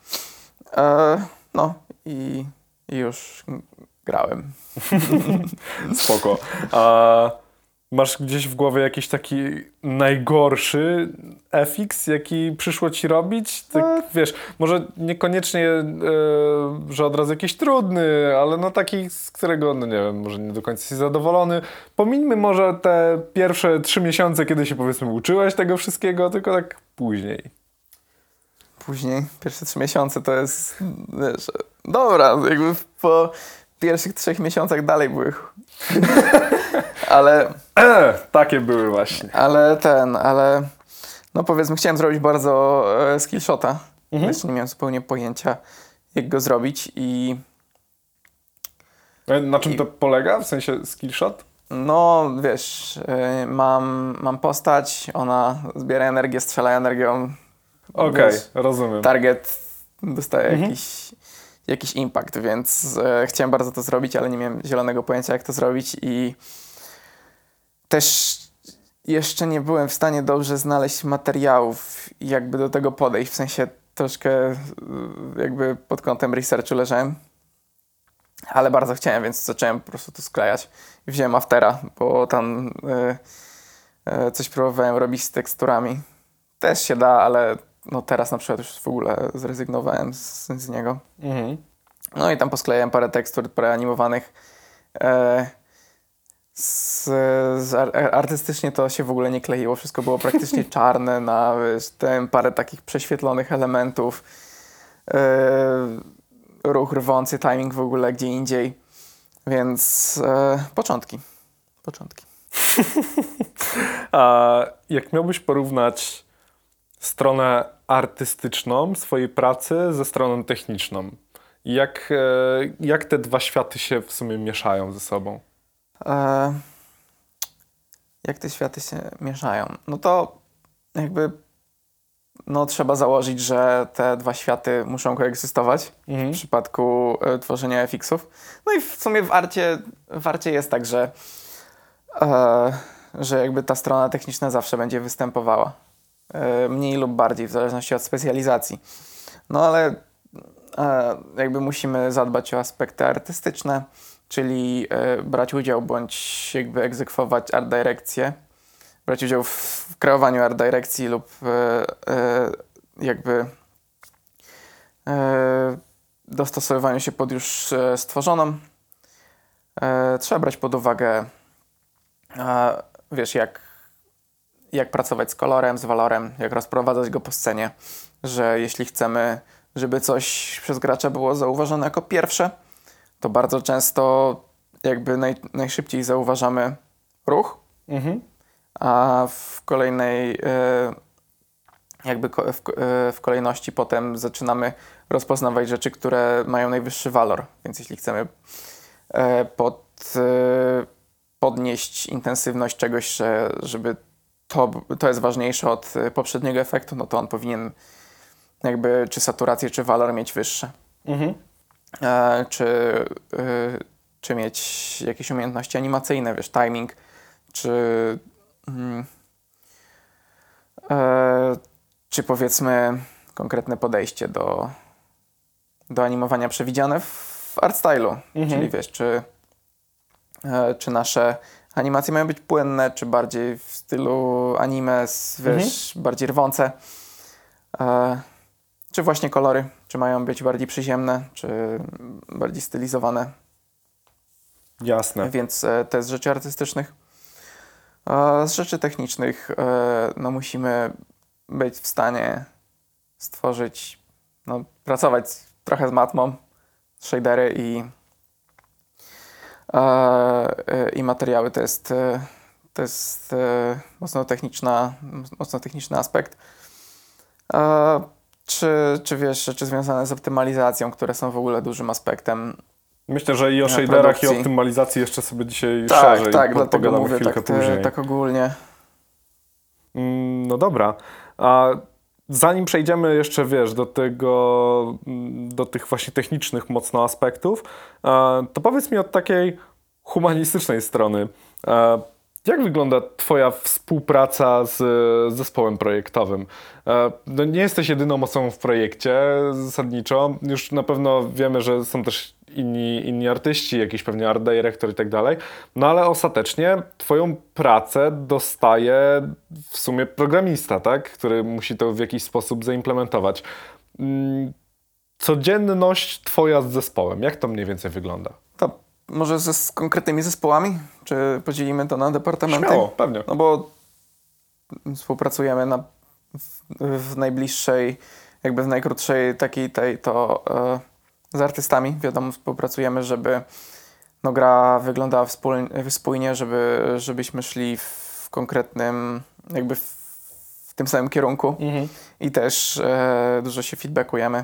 No i już grałem. Spoko. A masz gdzieś w głowie jakiś taki najgorszy FX, jaki przyszło ci robić? Tak, wiesz, może niekoniecznie, że od razu jakiś trudny, ale no taki, z którego, no nie wiem, może nie do końca jesteś zadowolony. Pomińmy może te pierwsze 3 miesiące, kiedy się powiedzmy uczyłeś tego wszystkiego, tylko tak później. Później, pierwsze 3 miesiące to jest, wiesz, dobra, jakby po pierwszych 3 miesiącach dalej były. Takie były właśnie. Ale no powiedzmy, chciałem zrobić bardzo skillshota. Jeszcze nie miałem zupełnie pojęcia, jak go zrobić i Na czym to polega? W sensie skillshot? no wiesz, mam postać, ona zbiera energię, strzela energią. Okej, Wiesz, rozumiem. target dostaje jakiś impact, więc chciałem bardzo to zrobić, ale nie miałem zielonego pojęcia, jak to zrobić i też jeszcze nie byłem w stanie dobrze znaleźć materiałów i jakby do tego podejść, w sensie troszkę jakby pod kątem researchu leżałem, ale bardzo chciałem, więc zacząłem po prostu to sklejać i wziąłem Aftera, bo tam coś próbowałem robić z teksturami. Też się da, ale no teraz na przykład już w ogóle zrezygnowałem z niego. No i tam posklejałem parę tekstur, parę animowanych. Artystycznie to się w ogóle nie kleiło, wszystko było praktycznie czarne, na parę takich prześwietlonych elementów. Ruch rwący, timing w ogóle gdzie indziej. Więc początki. A jak miałbyś porównać stronę artystyczną swojej pracy ze stroną techniczną, jak te dwa światy się w sumie mieszają ze sobą? Jak te światy się mieszają? No to jakby trzeba założyć, że te dwa światy muszą koegzystować w przypadku tworzenia FX-ów. No i w sumie w arcie jest tak, że jakby ta strona techniczna zawsze będzie występowała. Mniej lub bardziej, w zależności od specjalizacji. No ale jakby musimy zadbać o aspekty artystyczne, czyli brać udział bądź jakby egzekwować art dyrekcję, brać udział w kreowaniu art dyrekcji lub jakby dostosowywaniu się pod już stworzoną. Trzeba brać pod uwagę, wiesz, jak pracować z kolorem, z walorem, jak rozprowadzać go po scenie, że jeśli chcemy, żeby coś przez gracza było zauważone jako pierwsze, to bardzo często jakby najszybciej zauważamy ruch, a w kolejnej w kolejności potem zaczynamy rozpoznawać rzeczy, które mają najwyższy walor. Więc jeśli chcemy podnieść intensywność czegoś, żeby to jest ważniejsze od poprzedniego efektu, no to on powinien jakby czy saturację, czy walor mieć wyższe. Czy mieć jakieś umiejętności animacyjne, wiesz, timing, czy powiedzmy konkretne podejście do animowania przewidziane w art stylu. Czyli wiesz, czy nasze animacje mają być płynne, czy bardziej w stylu anime, wiesz, bardziej rwące. Czy właśnie kolory, czy mają być bardziej przyziemne, czy bardziej stylizowane. Jasne. Więc to jest z rzeczy artystycznych. Z rzeczy technicznych no musimy być w stanie stworzyć, no, pracować trochę z matmą, shadery i materiały to jest mocno techniczny aspekt. Czy wiesz, rzeczy związane z optymalizacją, które są w ogóle dużym aspektem. Myślę, że i o shaderach, produkcji. i o optymalizacji jeszcze sobie dzisiaj Tak, szerzej dlatego pogadamy mówię chwilkę później. tak ogólnie. No dobra. A zanim przejdziemy jeszcze, wiesz, do tych właśnie technicznych mocno aspektów, to powiedz mi od takiej humanistycznej strony, jak wygląda Twoja współpraca z zespołem projektowym? No nie jesteś jedyną osobą w projekcie zasadniczo. Już na pewno wiemy, że są też inni artyści, jakiś pewnie art director i tak dalej. No ale ostatecznie Twoją pracę dostaje w sumie programista, tak? Który musi to w jakiś sposób zaimplementować. Codzienność Twoja z zespołem, jak to mniej więcej wygląda? To może z konkretnymi zespołami? Czy podzielimy to na departamenty? Śmiało, pewnie. No bo współpracujemy w najbliższej, jakby w najkrótszej z artystami. Wiadomo, współpracujemy, żeby no, gra wyglądała spójnie, żebyśmy szli w konkretnym, jakby w tym samym kierunku i też dużo się feedbackujemy.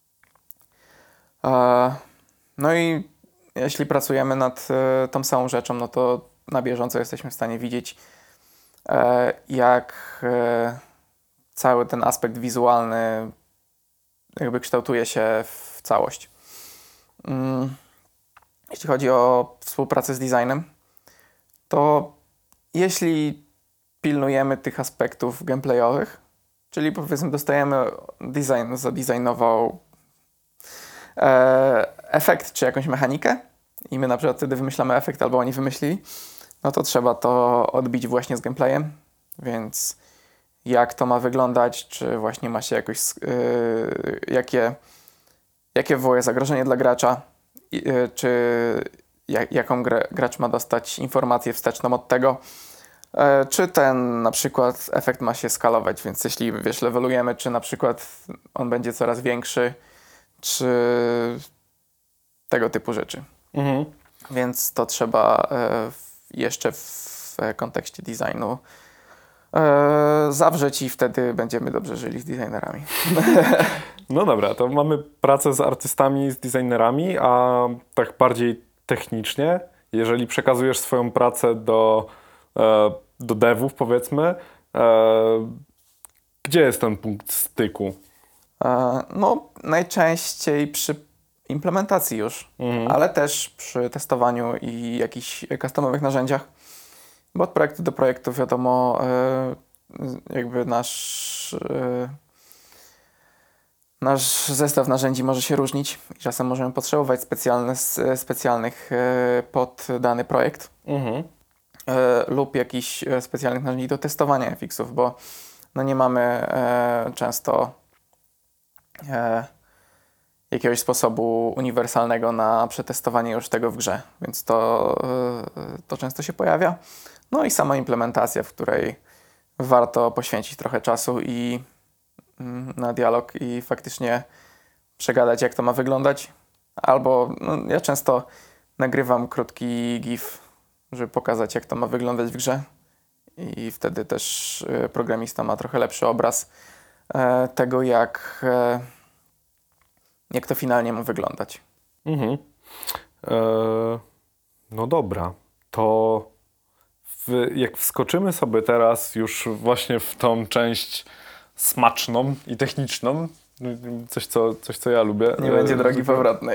No i jeśli pracujemy nad tą samą rzeczą, no to na bieżąco jesteśmy w stanie widzieć, jak cały ten aspekt wizualny jakby kształtuje się w całość. Jeśli chodzi o współpracę z designem, to jeśli pilnujemy tych aspektów gameplayowych, czyli powiedzmy dostajemy zadesignował efekt czy jakąś mechanikę i my na przykład wtedy wymyślamy efekt albo oni wymyślili, no to trzeba to odbić właśnie z gameplayem, więc jak to ma wyglądać, czy właśnie ma się jakoś jakie wywołuje zagrożenie dla gracza, czy jaką gracz ma dostać informację wsteczną od tego, czy ten na przykład efekt ma się skalować, więc jeśli wiesz, levelujemy, czy na przykład on będzie coraz większy, czy tego typu rzeczy. Więc to trzeba jeszcze w kontekście designu zawrzeć i wtedy będziemy dobrze żyli z designerami. No dobra, to mamy pracę z artystami, z designerami, a tak bardziej technicznie, jeżeli przekazujesz swoją pracę do devów, powiedzmy, gdzie jest ten punkt styku? No, najczęściej przy implementacji już, ale też przy testowaniu i jakichś customowych narzędziach. Bo od projektu do projektu wiadomo, jakby nasz zestaw narzędzi może się różnić i czasem możemy potrzebować specjalnych pod dany projekt lub jakichś specjalnych narzędzi do testowania fixów, bo no nie mamy często jakiegoś sposobu uniwersalnego na przetestowanie już tego w grze, więc to często się pojawia. No i sama implementacja, w której warto poświęcić trochę czasu i na dialog i faktycznie przegadać, jak to ma wyglądać. Albo ja często nagrywam krótki GIF, żeby pokazać, jak to ma wyglądać w grze i wtedy też programista ma trochę lepszy obraz tego, jak to finalnie ma wyglądać. No dobra, to jak wskoczymy sobie teraz już właśnie w tą część smaczną i techniczną, coś co ja lubię. Nie będzie drogi powrotnej.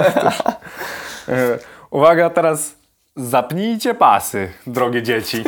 Uwaga, teraz zapnijcie pasy, drogie dzieci.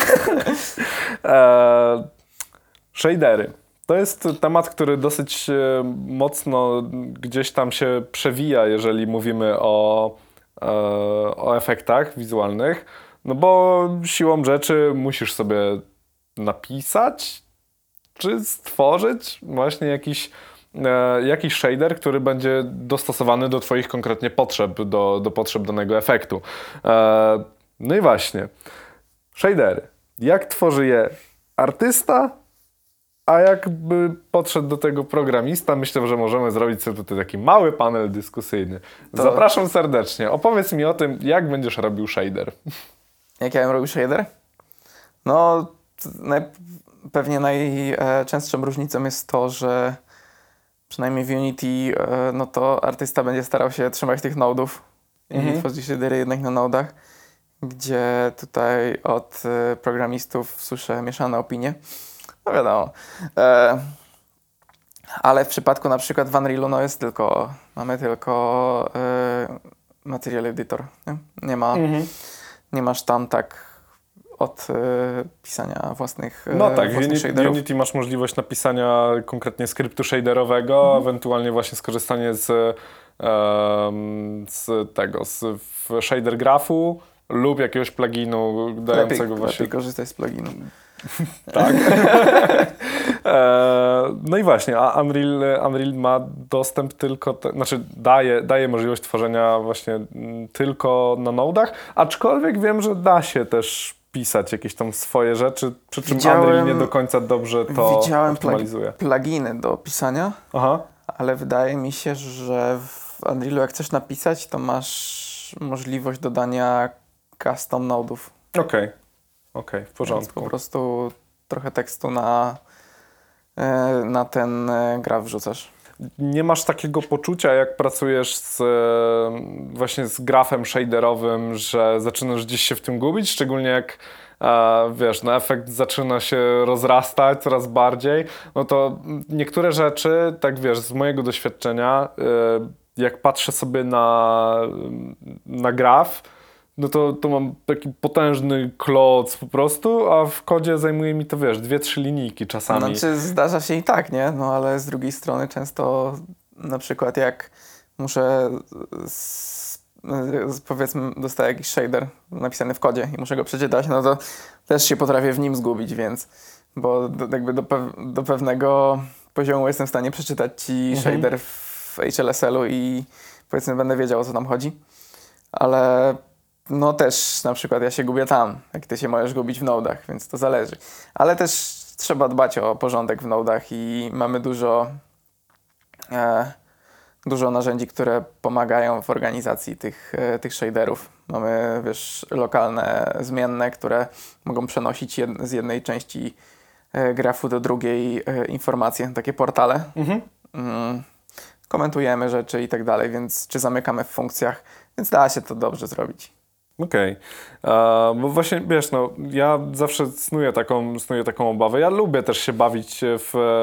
Shadery. To jest temat, który dosyć mocno gdzieś tam się przewija, jeżeli mówimy o efektach wizualnych, no bo siłą rzeczy musisz sobie napisać, czy stworzyć właśnie jakiś shader, który będzie dostosowany do twoich konkretnie potrzeb, do potrzeb danego efektu. No i właśnie, shadery. Jak tworzy je artysta, a jakby podszedł do tego programista, myślę, że możemy zrobić sobie tutaj taki mały panel dyskusyjny. Zapraszam serdecznie. Opowiedz mi o tym, jak będziesz robił shader. Jak ja bym robił shader? No, pewnie najczęstszą różnicą jest to, że przynajmniej w Unity, no to artysta będzie starał się trzymać tych nodów i tworzyć shadery jednak na nodach, gdzie tutaj od programistów słyszę mieszane opinie. No wiadomo. Ale w przypadku na przykład w Unrealu mamy tylko Material Editor. Nie masz tam tak od pisania własnych No tak, shaderów. w Unity masz możliwość napisania konkretnie skryptu shaderowego, ewentualnie właśnie skorzystanie z shader grafu lub jakiegoś pluginu dającego lepiej korzystać z pluginu. Tak. No i właśnie, a Unreal ma dostęp tylko, daje możliwość tworzenia właśnie tylko na nodach, aczkolwiek wiem, że da się też pisać jakieś tam swoje rzeczy, przy czym Unreal nie do końca dobrze to optymalizuje. Pluginy do pisania, ale wydaje mi się, że w Unrealu jak chcesz napisać, to masz możliwość dodania custom nodów. Okej, w porządku. Więc po prostu trochę tekstu na ten graf wrzucasz. Nie masz takiego poczucia, jak pracujesz właśnie z grafem shaderowym, że zaczynasz gdzieś się w tym gubić, szczególnie jak efekt zaczyna się rozrastać coraz bardziej, no to niektóre rzeczy, tak z mojego doświadczenia, jak patrzę sobie na graf, no to mam taki potężny kloc po prostu, a w kodzie zajmuje mi to, 2-3 linijki czasami. Znaczy zdarza się i tak, nie? No ale z drugiej strony często na przykład jak muszę powiedzmy dostaję jakiś shader napisany w kodzie i muszę go przeczytać, no to też się potrafię w nim zgubić, więc bo do pewnego poziomu jestem w stanie przeczytać ci shader w HLSL-u i powiedzmy będę wiedział, o co tam chodzi, ale no też na przykład ja się gubię tam, jak ty się możesz gubić w nodach, więc to zależy. Ale też trzeba dbać o porządek w nodach i mamy dużo narzędzi, które pomagają w organizacji tych shaderów. Mamy, lokalne zmienne, które mogą przenosić z jednej części grafu do drugiej informacje, takie portale. Komentujemy rzeczy i tak dalej, więc czy zamykamy w funkcjach, więc da się to dobrze zrobić. Okej. Bo właśnie, ja zawsze snuję taką obawę. Ja lubię też się bawić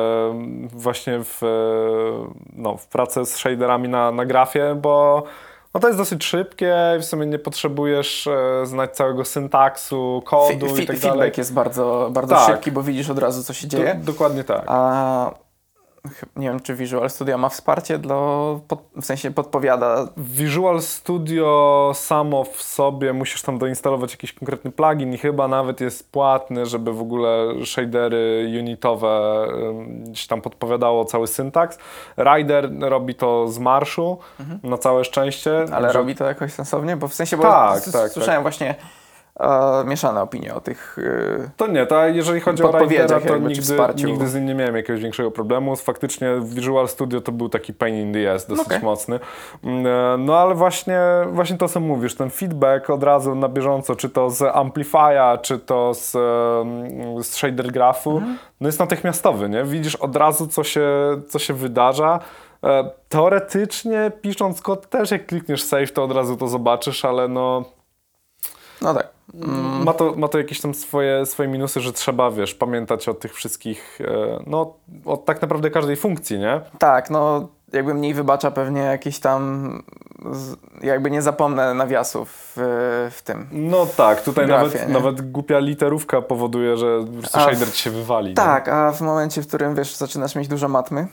w pracę z shaderami na grafie, bo No to jest dosyć szybkie, w sumie nie potrzebujesz znać całego syntaksu, kodu i tak dalej. Feedback jest bardzo, bardzo Tak. szybki, bo widzisz od razu, co się dzieje. Dokładnie tak. A nie wiem, czy Visual Studio ma wsparcie w sensie podpowiada. Visual Studio samo w sobie musisz tam doinstalować jakiś konkretny plugin i chyba nawet jest płatny, żeby w ogóle shadery unitowe gdzieś tam podpowiadało cały syntaks. Rider robi to z marszu na całe szczęście. Ale robi to jakoś sensownie? Bo w sensie, bo Tak, słyszałem właśnie mieszane opinie o tych... To nie, to jeżeli chodzi o podpowiedziach Ridera, to jakby, czy wsparciu. nigdy z nim nie miałem jakiegoś większego problemu. Faktycznie Visual Studio to był taki pain in the ass dosyć mocny. No ale właśnie to, co mówisz, ten feedback od razu na bieżąco, czy to z Amplify'a, czy to z shader grafu, no jest natychmiastowy, nie? Widzisz od razu, co się wydarza. Teoretycznie pisząc kod też, jak klikniesz save, to od razu to zobaczysz, ale no tak. ma to jakieś tam swoje minusy, że trzeba, wiesz, pamiętać o tych wszystkich, no, o tak naprawdę każdej funkcji, nie? Tak, no jakby mniej wybacza pewnie jakieś tam, jakby nie zapomnę nawiasów w tym. No tak, tutaj grafie, nawet głupia literówka powoduje, że po prostu shader ci się wywali. Tak, a w momencie, w którym, wiesz, zaczynasz mieć dużo matmy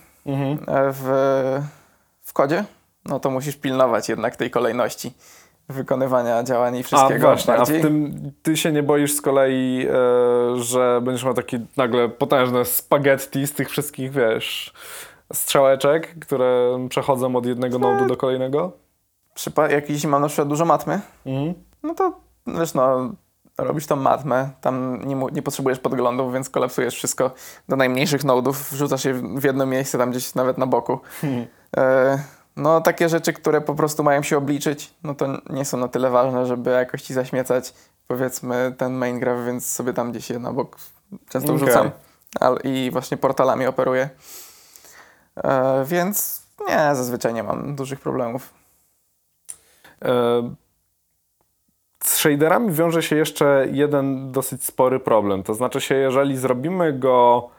w kodzie, no to musisz pilnować jednak tej kolejności wykonywania działań i wszystkiego. A właśnie, bardziej. a w tym ty się nie boisz z kolei, że będziesz miał takie nagle potężne spaghetti z tych wszystkich, wiesz, strzałeczek, które przechodzą od jednego nodu do kolejnego? Jak jeśli mam na przykład dużo matmy, no to wiesz, no robisz tą matmę, tam nie potrzebujesz podglądów, więc kolapsujesz wszystko do najmniejszych nodów, wrzucasz je w jedno miejsce, tam gdzieś nawet na boku. No takie rzeczy, które po prostu mają się obliczyć, no to nie są na tyle ważne, żeby jakoś ci zaśmiecać, powiedzmy, ten main graph, więc sobie tam gdzieś je na bok często wrzucam. I właśnie portalami operuję. Więc nie, zazwyczaj nie mam dużych problemów. Z shaderami wiąże się jeszcze jeden dosyć spory problem. To znaczy jeżeli zrobimy go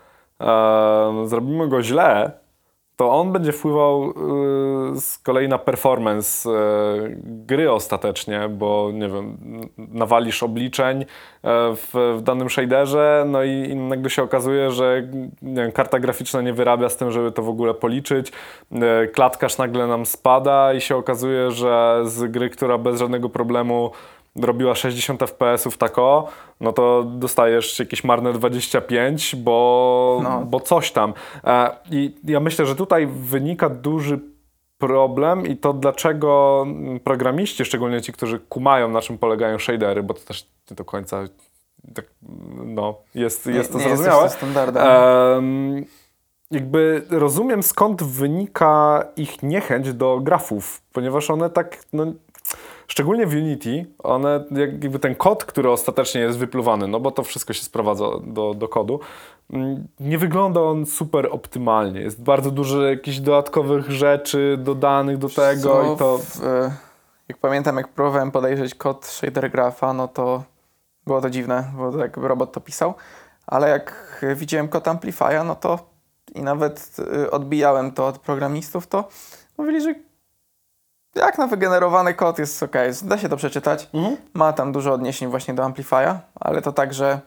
źle, to on będzie wpływał z kolei na performance gry ostatecznie, bo nie wiem, nawalisz obliczeń w danym shaderze, no i nagle się okazuje, że nie wiem, karta graficzna nie wyrabia z tym, żeby to w ogóle policzyć. Klatkarz nagle nam spada i się okazuje, że z gry, która bez żadnego problemu robiła 60 FPS-ów no to dostajesz jakieś marne 25, bo coś tam. I ja myślę, że tutaj wynika duży problem i to dlaczego programiści, szczególnie ci, którzy kumają, na czym polegają shadery, bo to też nie do końca tak, no, jest to zrozumiałe. Jest to standardem. Jakby rozumiem, skąd wynika ich niechęć do grafów, ponieważ one tak, no, szczególnie w Unity, jakby ten kod, który ostatecznie jest wypluwany, no bo to wszystko się sprowadza do kodu, nie wygląda on super optymalnie. Jest bardzo dużo jakichś dodatkowych rzeczy dodanych do tego. Jak pamiętam, jak próbowałem podejrzeć kod shader grapha, no to było to dziwne, bo tak jakby robot to pisał, ale jak widziałem kod Amplify'a, no to i nawet odbijałem to od programistów, to mówili, że jak na wygenerowany kod jest ok, da się to przeczytać. Ma tam dużo odniesień właśnie do Amplify'a, ale to tak, że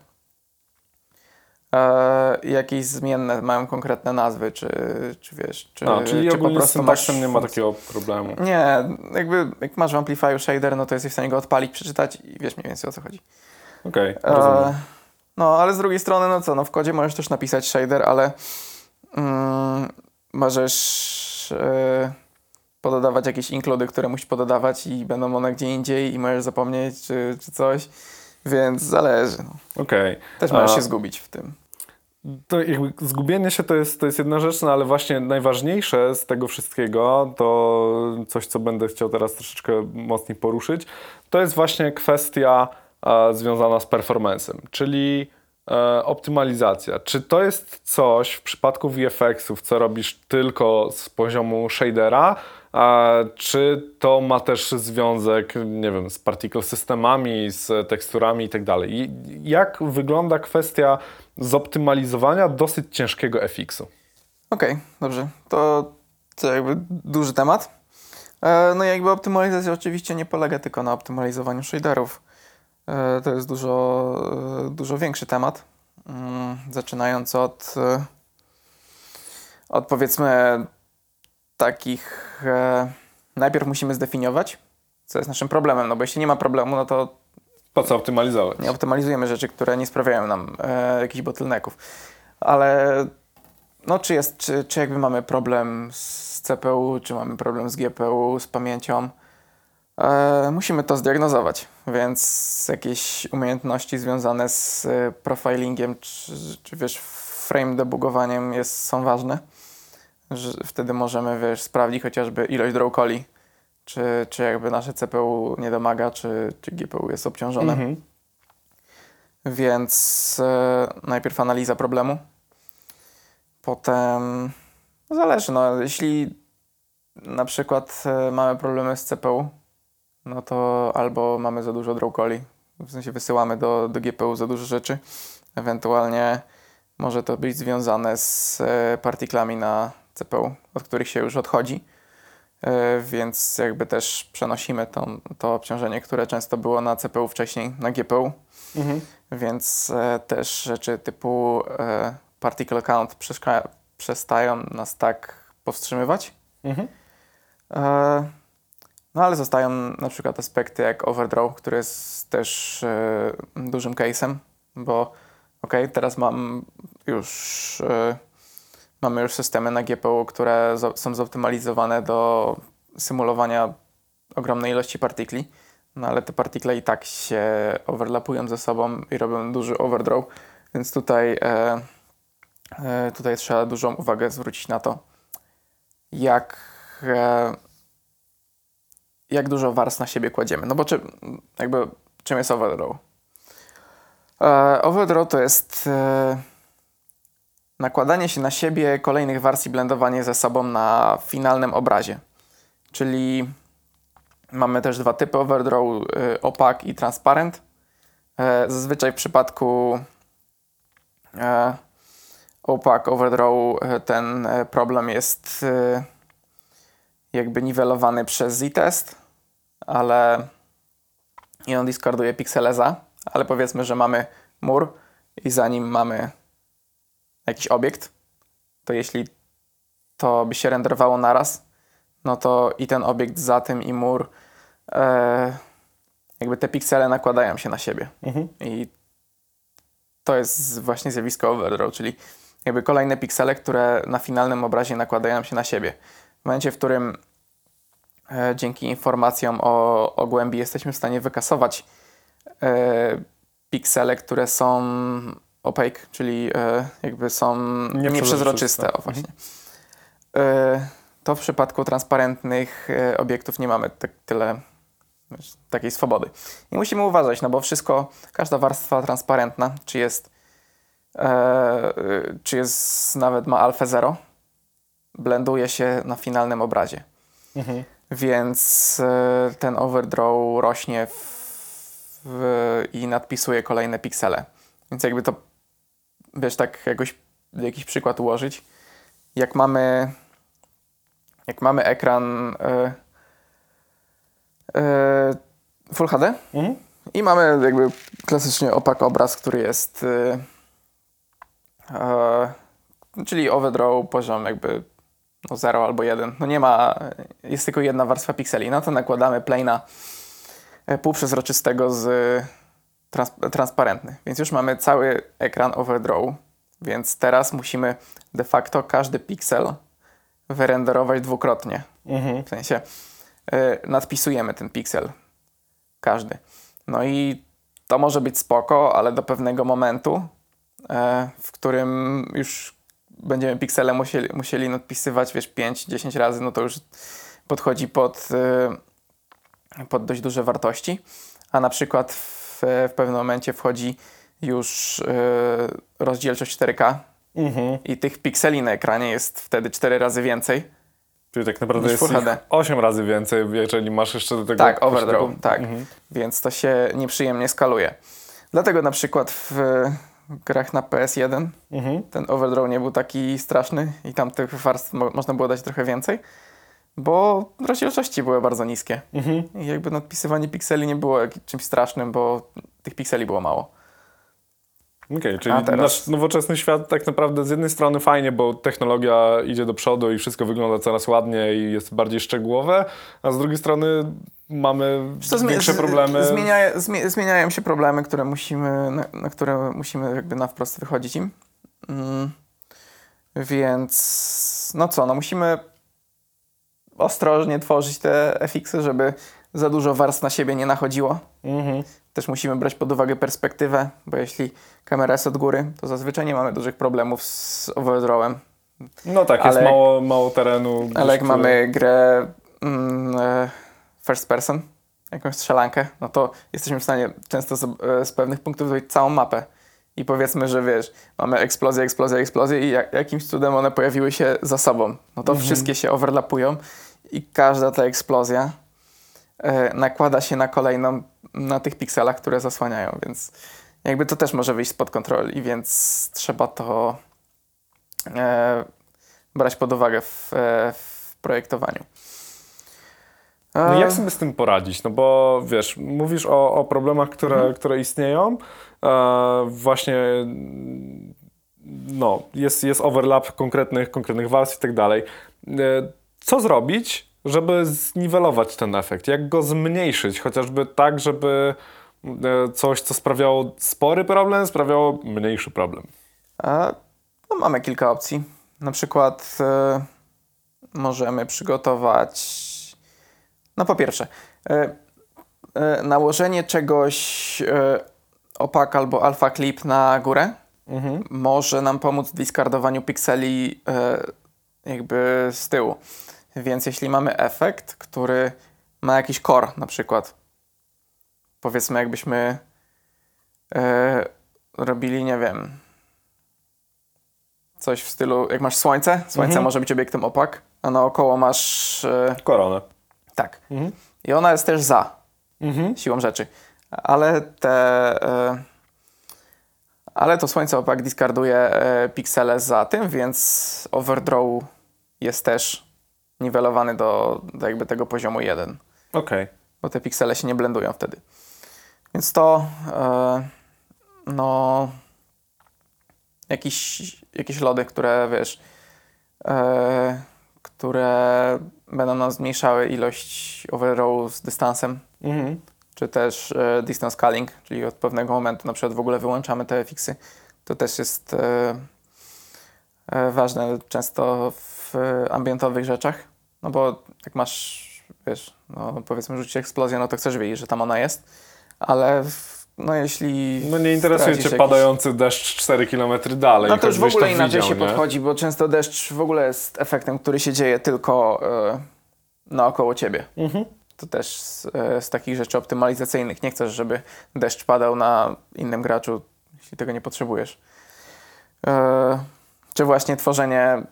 jakieś zmienne mają konkretne nazwy, czy wiesz, czyli czy ogólnie po z prostu syntaksem nie ma takiego problemu. Nie, jakby jak masz w Amplify'u shader, no to jesteś w stanie go odpalić, przeczytać i wiesz mniej więcej o co chodzi. Okej, rozumiem. No, ale z drugiej strony, no co, no w kodzie możesz też napisać shader, ale możesz pododawać jakieś includy, które musisz pododawać i będą one gdzie indziej i możesz zapomnieć czy coś, więc zależy. No. Okej. Też możesz się zgubić w tym. To jakby zgubienie się to jest jedna rzecz, no ale właśnie najważniejsze z tego wszystkiego, to coś, co będę chciał teraz troszeczkę mocniej poruszyć, to jest właśnie kwestia związana z performance'em, czyli optymalizacja. Czy to jest coś w przypadku VFX-ów, co robisz tylko z poziomu shadera, czy to ma też związek, nie wiem, z particle systemami, z teksturami i tak dalej? I jak wygląda kwestia zoptymalizowania dosyć ciężkiego FX-u? Okej, dobrze. To jakby duży temat. No i jakby optymalizacja oczywiście nie polega tylko na optymalizowaniu shaderów. To jest dużo większy temat. Zaczynając od powiedzmy takich... Najpierw musimy zdefiniować, co jest naszym problemem, no bo jeśli nie ma problemu, no to Po co optymalizować? nie optymalizujemy rzeczy, które nie sprawiają nam jakichś bottlenecków. Ale no czy jakby mamy problem z CPU, czy mamy problem z GPU, z pamięcią, musimy to zdiagnozować, więc jakieś umiejętności związane z profilingiem, czy wiesz, frame debugowaniem są ważne. Że wtedy możemy, sprawdzić chociażby ilość draw calli, czy jakby nasze CPU nie domaga, czy GPU jest obciążone. Więc najpierw analiza problemu, potem zależy, no jeśli na przykład mamy problemy z CPU, no to albo mamy za dużo draw calli, w sensie wysyłamy do GPU za dużo rzeczy, ewentualnie może to być związane z partiklami na CPU, od których się już odchodzi, więc jakby też przenosimy to obciążenie, które często było na CPU wcześniej, na GPU, więc też rzeczy typu particle count przestają nas tak powstrzymywać. No ale zostają na przykład aspekty jak overdraw, który jest też dużym case'em, bo teraz mamy już systemy na GPU, które są zoptymalizowane do symulowania ogromnej ilości partikli, no ale te partikle i tak się overlapują ze sobą i robią duży overdraw, więc tutaj trzeba dużą uwagę zwrócić na to, jak dużo warstw na siebie kładziemy. No bo czym jest overdraw? Overdraw to jest nakładanie się na siebie kolejnych warstw i blendowanie ze sobą na finalnym obrazie. Czyli mamy też dwa typy overdraw, opaque i transparent. Zazwyczaj w przypadku opaque overdraw ten problem jest jakby niwelowany przez z-test, i on discarduje piksele ale powiedzmy, że mamy mur i za nim mamy jakiś obiekt, to jeśli to by się renderowało naraz, no to i ten obiekt za tym i mur, jakby te piksele nakładają się na siebie. I to jest właśnie zjawisko overdraw, czyli jakby kolejne piksele, które na finalnym obrazie nakładają się na siebie. W momencie, w którym dzięki informacjom o głębi jesteśmy w stanie wykasować piksele, które są opaque, czyli jakby są nieprzezroczyste. O, właśnie. To w przypadku transparentnych obiektów nie mamy tyle takiej swobody. I musimy uważać, no bo każda warstwa transparentna, czy jest nawet ma alfę 0, blenduje się na finalnym obrazie. Więc ten overdraw rośnie i nadpisuje kolejne piksele. Więc jakby to, tak jakiś przykład ułożyć. Jak mamy ekran Full HD i mamy jakby klasycznie opaque obraz, który jest czyli overdraw poziom jakby 0 albo 1. No nie ma, jest tylko jedna warstwa pikseli. No to nakładamy plane'a półprzezroczystego z transparentny. Więc już mamy cały ekran overdraw. Więc teraz musimy de facto każdy piksel wyrenderować dwukrotnie. W sensie nadpisujemy ten piksel. Każdy. No i to może być spoko, ale do pewnego momentu, w którym już będziemy piksele musieli nadpisywać 5-10 razy, no to już podchodzi pod dość duże wartości. A na przykład w pewnym momencie wchodzi już rozdzielczość 4K i tych pikseli na ekranie jest wtedy 4 razy więcej. Czyli tak naprawdę jest ich 8 razy więcej, jeżeli masz jeszcze do tego... Tak, overdraw, tak. Więc to się nieprzyjemnie skaluje. Dlatego na przykład w grach na PS1 ten overdraw nie był taki straszny i tam tych warstw można było dać trochę więcej. bo rozdzielczości były bardzo niskie. I jakby odpisywanie pikseli nie było czymś strasznym, bo tych pikseli było mało. Okej, czyli A teraz? nasz nowoczesny świat tak naprawdę z jednej strony fajnie, bo technologia idzie do przodu i wszystko wygląda coraz ładniej i jest bardziej szczegółowe, a z drugiej strony mamy większe problemy. Zmieniają się problemy, które na które musimy jakby na wprost wychodzić im. Więc musimy ostrożnie tworzyć te FX-y, żeby za dużo warstw na siebie nie nachodziło. Też musimy brać pod uwagę perspektywę, bo jeśli kamera jest od góry, to zazwyczaj nie mamy dużych problemów z overdrawem. No tak, jest mało terenu. Ale jak mamy grę first person, jakąś strzelankę, no to jesteśmy w stanie często z pewnych punktów zrobić całą mapę. I powiedzmy, że wiesz, mamy eksplozję i jakimś cudem one pojawiły się za sobą. No to wszystkie się overlapują i każda ta eksplozja nakłada się na kolejną na tych pikselach, które zasłaniają, więc jakby to też może wyjść spod kontroli, więc trzeba to brać pod uwagę w projektowaniu. No jak sobie z tym poradzić? No bo wiesz, mówisz o problemach, które istnieją. Właśnie jest overlap konkretnych warstw i tak dalej. Co zrobić, żeby zniwelować ten efekt? Jak go zmniejszyć? Chociażby tak, żeby coś, co sprawiało spory problem, sprawiało mniejszy problem. No, mamy kilka opcji. Na przykład możemy przygotować... No po pierwsze, nałożenie czegoś opak albo alpha clip na górę może nam pomóc w discardowaniu pikseli jakby z tyłu. Więc jeśli mamy efekt, który ma jakiś core na przykład, powiedzmy jakbyśmy robili, nie wiem, coś w stylu, jak masz słońce może być obiektem opak, a naokoło masz... koronę. Tak. I ona jest też za siłą rzeczy. Ale to słońce opak discarduje piksele za tym, więc overdraw jest też niwelowany do jakby tego poziomu 1. Okej. Bo te piksele się nie blendują wtedy. Więc to jakieś lody, które wiesz, które będą nam zmniejszały ilość overdraw z dystansem, czy też distance scaling, czyli od pewnego momentu na przykład w ogóle wyłączamy te FX-y. To też jest ważne często w ambientowych rzeczach, no bo jak masz, wiesz, no powiedzmy rzucić eksplozję, no to chcesz wiedzieć, że tam ona jest, ale jeśli... No nie interesuje cię padający deszcz 4 km dalej. No to już w ogóle to inaczej się nie? podchodzi, bo często deszcz w ogóle jest efektem, który się dzieje tylko naokoło ciebie. To też z takich rzeczy optymalizacyjnych. Nie chcesz, żeby deszcz padał na innym graczu, jeśli tego nie potrzebujesz. Czy właśnie tworzenie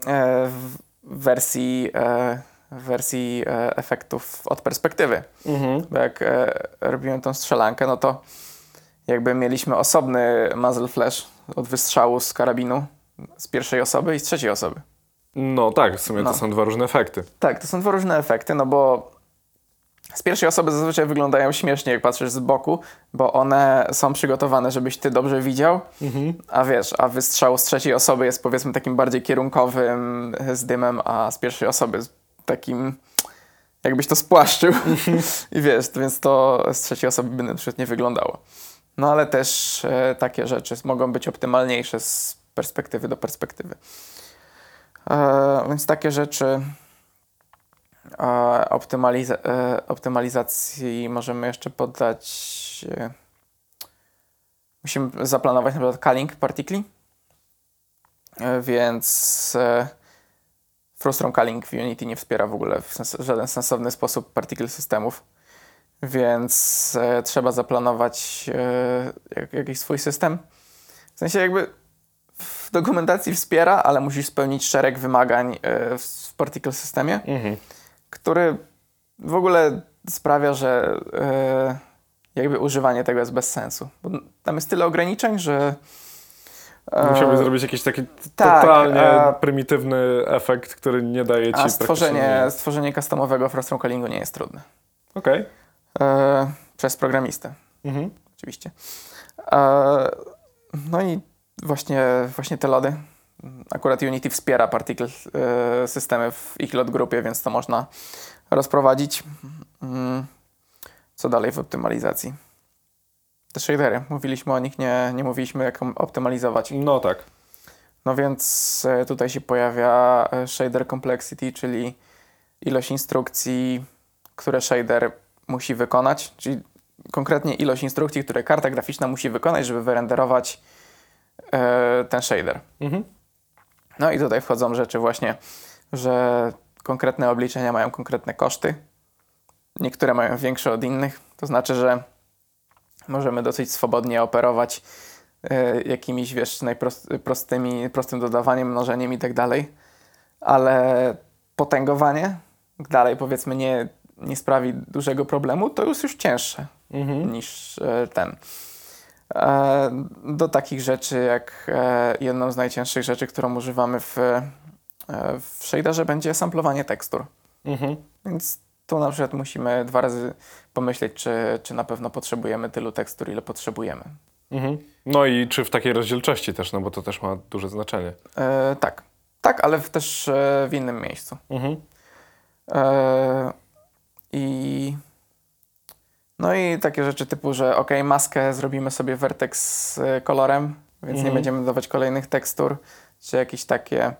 wersji efektów od perspektywy. Bo jak robiłem tą strzelankę, no to jakby mieliśmy osobny muzzle flash od wystrzału z karabinu z pierwszej osoby i z trzeciej osoby. No tak, w sumie to są dwa różne efekty. Tak, to są dwa różne efekty, no bo z pierwszej osoby zazwyczaj wyglądają śmiesznie, jak patrzysz z boku, bo one są przygotowane, żebyś ty dobrze widział, a wystrzał z trzeciej osoby jest powiedzmy takim bardziej kierunkowym z dymem, a z pierwszej osoby takim jakbyś to spłaszczył. I wiesz, więc to z trzeciej osoby by na przykład nie wyglądało. No ale też takie rzeczy mogą być optymalniejsze z perspektywy do perspektywy. Więc takie rzeczy optymalizacji możemy jeszcze poddać. Musimy zaplanować na przykład culling partikli, więc frustrum culling w Unity nie wspiera w ogóle w żaden sensowny sposób particle systemów, więc trzeba zaplanować jakiś swój system. W sensie jakby w dokumentacji wspiera, ale musisz spełnić szereg wymagań w particle systemie, który w ogóle sprawia, że jakby używanie tego jest bez sensu. Bo tam jest tyle ograniczeń, że Musiałbyś zrobić jakiś taki tak, totalnie prymitywny efekt, który nie daje ci A praktycznie nic. stworzenie customowego free callingu nie jest trudne. Okej. Przez programistę. Oczywiście. No i właśnie te lody. Akurat Unity wspiera particle systemy w ich load grupie, więc to można rozprowadzić. Co dalej w optymalizacji? Te shadery. Mówiliśmy o nich, nie mówiliśmy jak optymalizować. No tak. No więc tutaj się pojawia shader complexity, czyli ilość instrukcji, które shader musi wykonać, czyli konkretnie ilość instrukcji, które karta graficzna musi wykonać, żeby wyrenderować ten shader. No i tutaj wchodzą rzeczy właśnie, że konkretne obliczenia mają konkretne koszty. Niektóre mają większe od innych. To znaczy, że możemy dosyć swobodnie operować jakimiś, prostym dodawaniem, mnożeniem i tak dalej. Ale potęgowanie dalej, powiedzmy, nie sprawi dużego problemu, to już cięższe niż ten. Do takich rzeczy, jak jedną z najcięższych rzeczy, którą używamy w shaderze, będzie samplowanie tekstur. Więc tu na przykład musimy 2 razy pomyśleć, czy na pewno potrzebujemy tylu tekstur, ile potrzebujemy. No i czy w takiej rozdzielczości też, no bo to też ma duże znaczenie. Tak, ale też w innym miejscu. No i takie rzeczy typu, że maskę zrobimy sobie vertex kolorem, więc nie będziemy dodawać kolejnych tekstur, czy jakieś takie,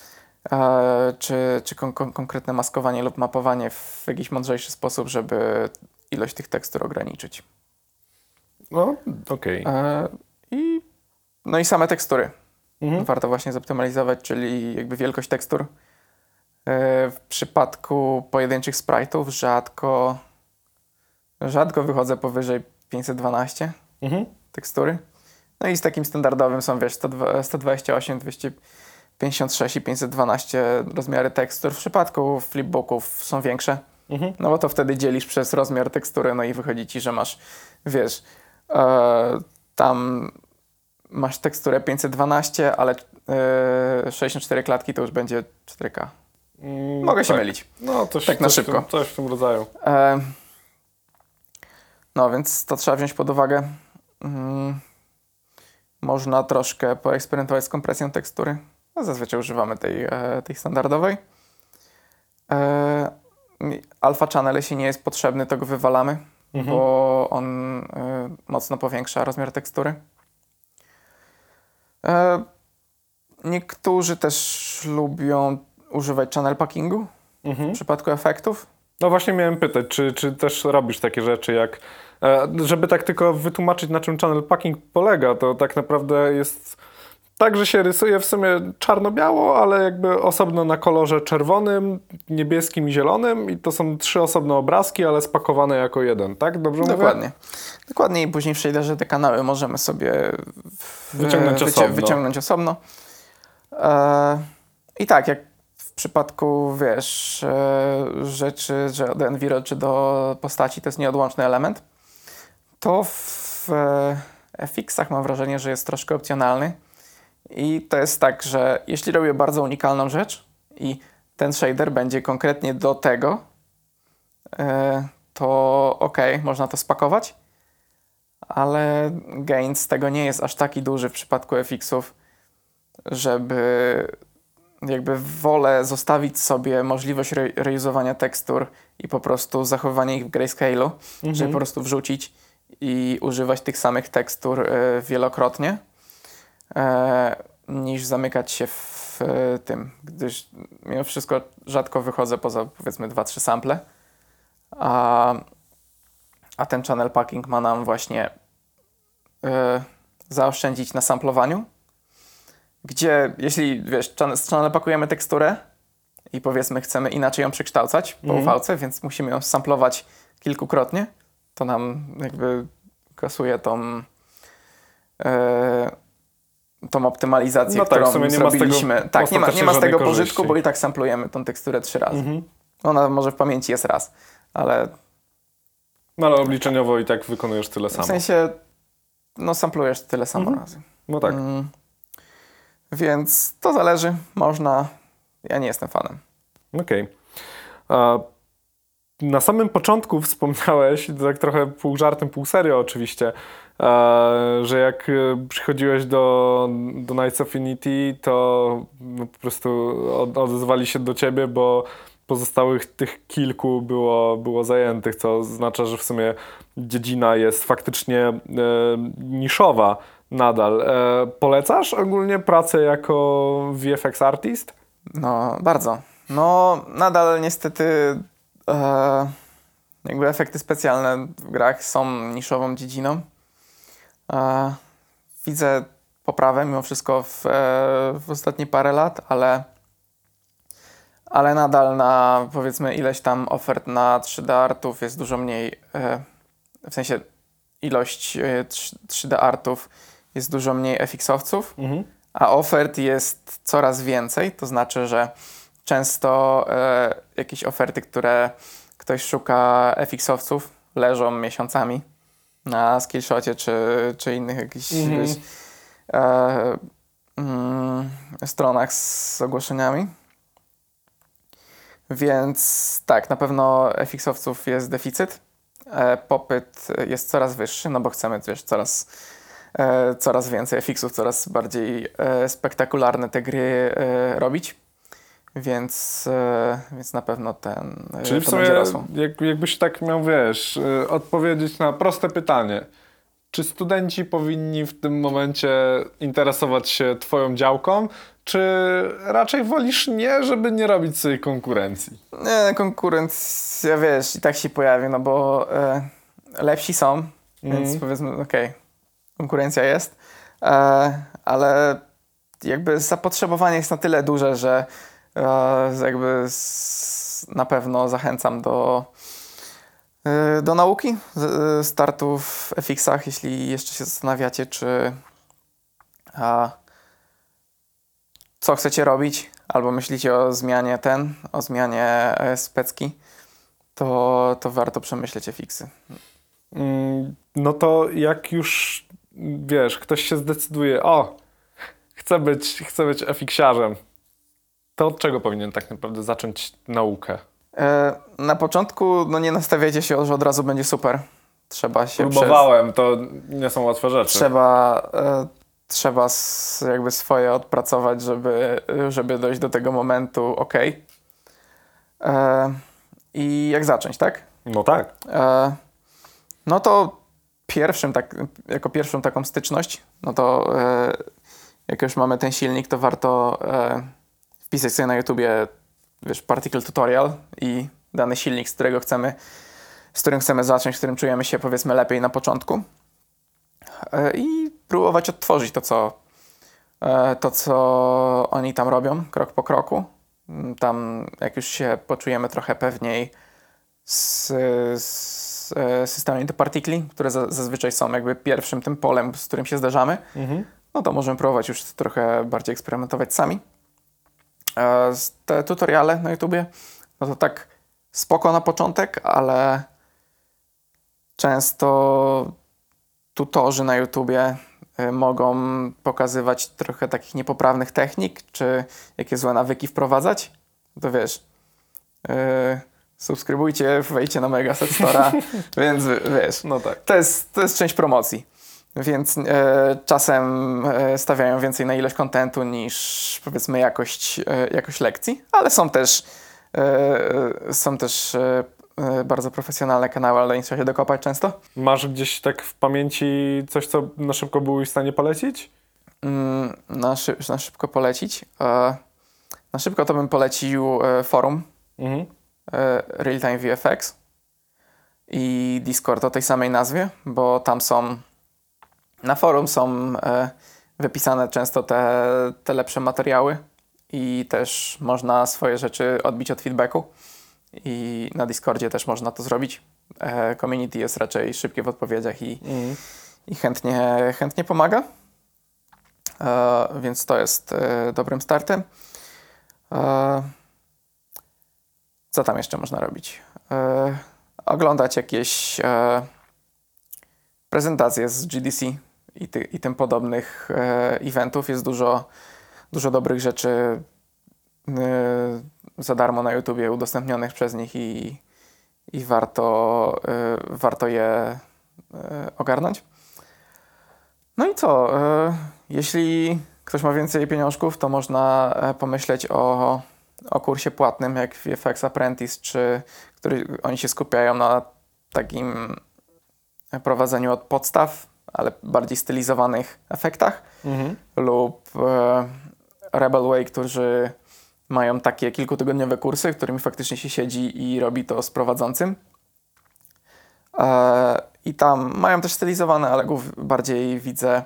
czy konkretne maskowanie lub mapowanie w jakiś mądrzejszy sposób, żeby ilość tych tekstur ograniczyć. No, okej. No i same tekstury. Warto właśnie zoptymalizować, czyli jakby wielkość tekstur. W przypadku pojedynczych sprite'ów rzadko wychodzę powyżej 512 tekstury. No i z takim standardowym są, 128, 256 i 512 rozmiary tekstur. W przypadku flipbooków są większe, no bo to wtedy dzielisz przez rozmiar tekstury, no i wychodzi ci, że masz, tam masz teksturę 512, ale 64 klatki to już będzie 4K. Mogę się mylić. No, tak na szybko. Coś w tym rodzaju. No więc to trzeba wziąć pod uwagę. Można troszkę poeksperymentować z kompresją tekstury. No, zazwyczaj używamy tej standardowej. Alpha channel, jeśli nie jest potrzebny, to go wywalamy, bo on mocno powiększa rozmiar tekstury. Niektórzy też lubią używać channel packingu w przypadku efektów. No właśnie miałem pytać, czy też robisz takie rzeczy jak, żeby tak tylko wytłumaczyć, na czym channel packing polega, to tak naprawdę jest tak, że się rysuje w sumie czarno-biało, ale jakby osobno na kolorze czerwonym, niebieskim i zielonym i to są 3 osobne obrazki, ale spakowane jako jeden, tak? Dobrze mówię? Dokładnie i później w shaderze te kanały możemy sobie wyciągnąć osobno. I tak, jak w przypadku, rzeczy, że od Enviro czy do postaci to jest nieodłączny element, to w FX-ach mam wrażenie, że jest troszkę opcjonalny. I to jest tak, że jeśli robię bardzo unikalną rzecz i ten shader będzie konkretnie do tego, to można to spakować, ale gain z tego nie jest aż taki duży w przypadku FX-ów, żeby jakby wolę zostawić sobie możliwość reuzowania tekstur i po prostu zachowanie ich w grayscale'u, żeby po prostu wrzucić i używać tych samych tekstur wielokrotnie, niż zamykać się w tym, gdyż mimo wszystko rzadko wychodzę poza powiedzmy 2-3 sample, a ten channel packing ma nam właśnie zaoszczędzić na samplowaniu, gdzie jeśli channel pakujemy teksturę i powiedzmy chcemy inaczej ją przekształcać po UV-ce, więc musimy ją samplować kilkukrotnie, to nam jakby kasuje tą optymalizację, którą zrobiliśmy. Nie ma z tego pożytku, bo i tak samplujemy tą teksturę 3 razy. Ona może w pamięci jest raz, ale... No ale obliczeniowo i tak wykonujesz tyle samo. W sensie, samplujesz tyle samo razy. No tak. Więc to zależy, można. Ja nie jestem fanem. Okej. Na samym początku wspomniałeś, tak trochę pół żartem, pół serio oczywiście, że jak przychodziłeś do Knights of Unity, to no, po prostu odezwali się do ciebie, bo pozostałych tych kilku było zajętych, co oznacza, że w sumie dziedzina jest faktycznie niszowa nadal. Polecasz ogólnie pracę jako VFX artist? No, bardzo. No, nadal niestety jakby efekty specjalne w grach są niszową dziedziną. Widzę poprawę mimo wszystko w ostatnie parę lat, ale nadal na powiedzmy ileś tam ofert na 3D artów jest dużo mniej, w sensie ilość 3D artów jest dużo mniej FX-owców, a ofert jest coraz więcej, to znaczy, że często jakieś oferty, które ktoś szuka FX-owców, leżą miesiącami na Skillshocie czy innych jakichś stronach z ogłoszeniami. Więc tak, na pewno FX-owców jest deficyt. Popyt jest coraz wyższy, no bo chcemy też coraz więcej FX-ów, coraz bardziej spektakularne te gry robić. Więc na pewno Czyli w to sumie, będzie rosło. jakbyś tak miał, wiesz, odpowiedzieć na proste pytanie. Czy studenci powinni w tym momencie interesować się twoją działką, czy raczej wolisz nie, żeby nie robić sobie konkurencji? Nie, konkurencja, wiesz, i tak się pojawi, no bo lepsi są, więc powiedzmy, okej, konkurencja jest, ale jakby zapotrzebowanie jest na tyle duże, że jakby na pewno zachęcam do nauki, startu w FX-ach, jeśli jeszcze się zastanawiacie, czy co chcecie robić, albo myślicie o zmianie specki, to warto przemyśleć FX-y. No to jak już, wiesz, ktoś się zdecyduje, chcę być FX-iarzem, to od czego powinien tak naprawdę zacząć naukę? Na początku nie nastawiajcie się, że od razu będzie super. Trzeba się Próbowałem, to nie są łatwe rzeczy. Trzeba jakby swoje odpracować, żeby dojść do tego momentu I jak zacząć, tak? No tak. No to jako pierwszą taką styczność, no to jak już mamy ten silnik, to warto wpisać sobie na YouTubie, wiesz, particle tutorial i dany silnik, z którym chcemy zacząć, z którym czujemy się powiedzmy lepiej na początku i próbować odtworzyć to, co oni tam robią, krok po kroku. Tam jak już się poczujemy trochę pewniej z systemem do partikli, które zazwyczaj są jakby pierwszym tym polem, z którym się zderzamy, no to możemy próbować już trochę bardziej eksperymentować sami. Te tutoriale na YouTubie, no to tak spoko na początek, ale często tutorzy na YouTubie mogą pokazywać trochę takich niepoprawnych technik, czy jakie złe nawyki wprowadzać. To wiesz, subskrybujcie, wejdźcie na Megaset Store'a, więc wiesz, No tak. to jest część promocji. Więc czasem stawiają więcej na ilość kontentu niż powiedzmy jakość lekcji, ale są też bardzo profesjonalne kanały, ale nie trzeba się dokopać często. Masz gdzieś tak w pamięci coś, co na szybko byłeś w stanie polecić? Na szybko polecić? Na szybko to bym polecił forum Real Time VFX i Discord o tej samej nazwie, bo tam na forum są wypisane często te lepsze materiały i też można swoje rzeczy odbić od feedbacku i na Discordzie też można to zrobić. Community jest raczej szybkie w odpowiedziach i chętnie pomaga, więc to jest dobrym startem. Co tam jeszcze można robić? Oglądać jakieś prezentacje z GDC i tym podobnych eventów. Jest dużo dobrych rzeczy za darmo na YouTubie udostępnionych przez nich i warto je ogarnąć. No i co? Jeśli ktoś ma więcej pieniążków, to można pomyśleć o kursie płatnym jak VFX Apprentice, który oni się skupiają na takim prowadzeniu od podstaw, ale bardziej stylizowanych efektach, lub Rebel Way, którzy mają takie kilkutygodniowe kursy, którymi faktycznie się siedzi i robi to z prowadzącym. I tam mają też stylizowane, ale bardziej widzę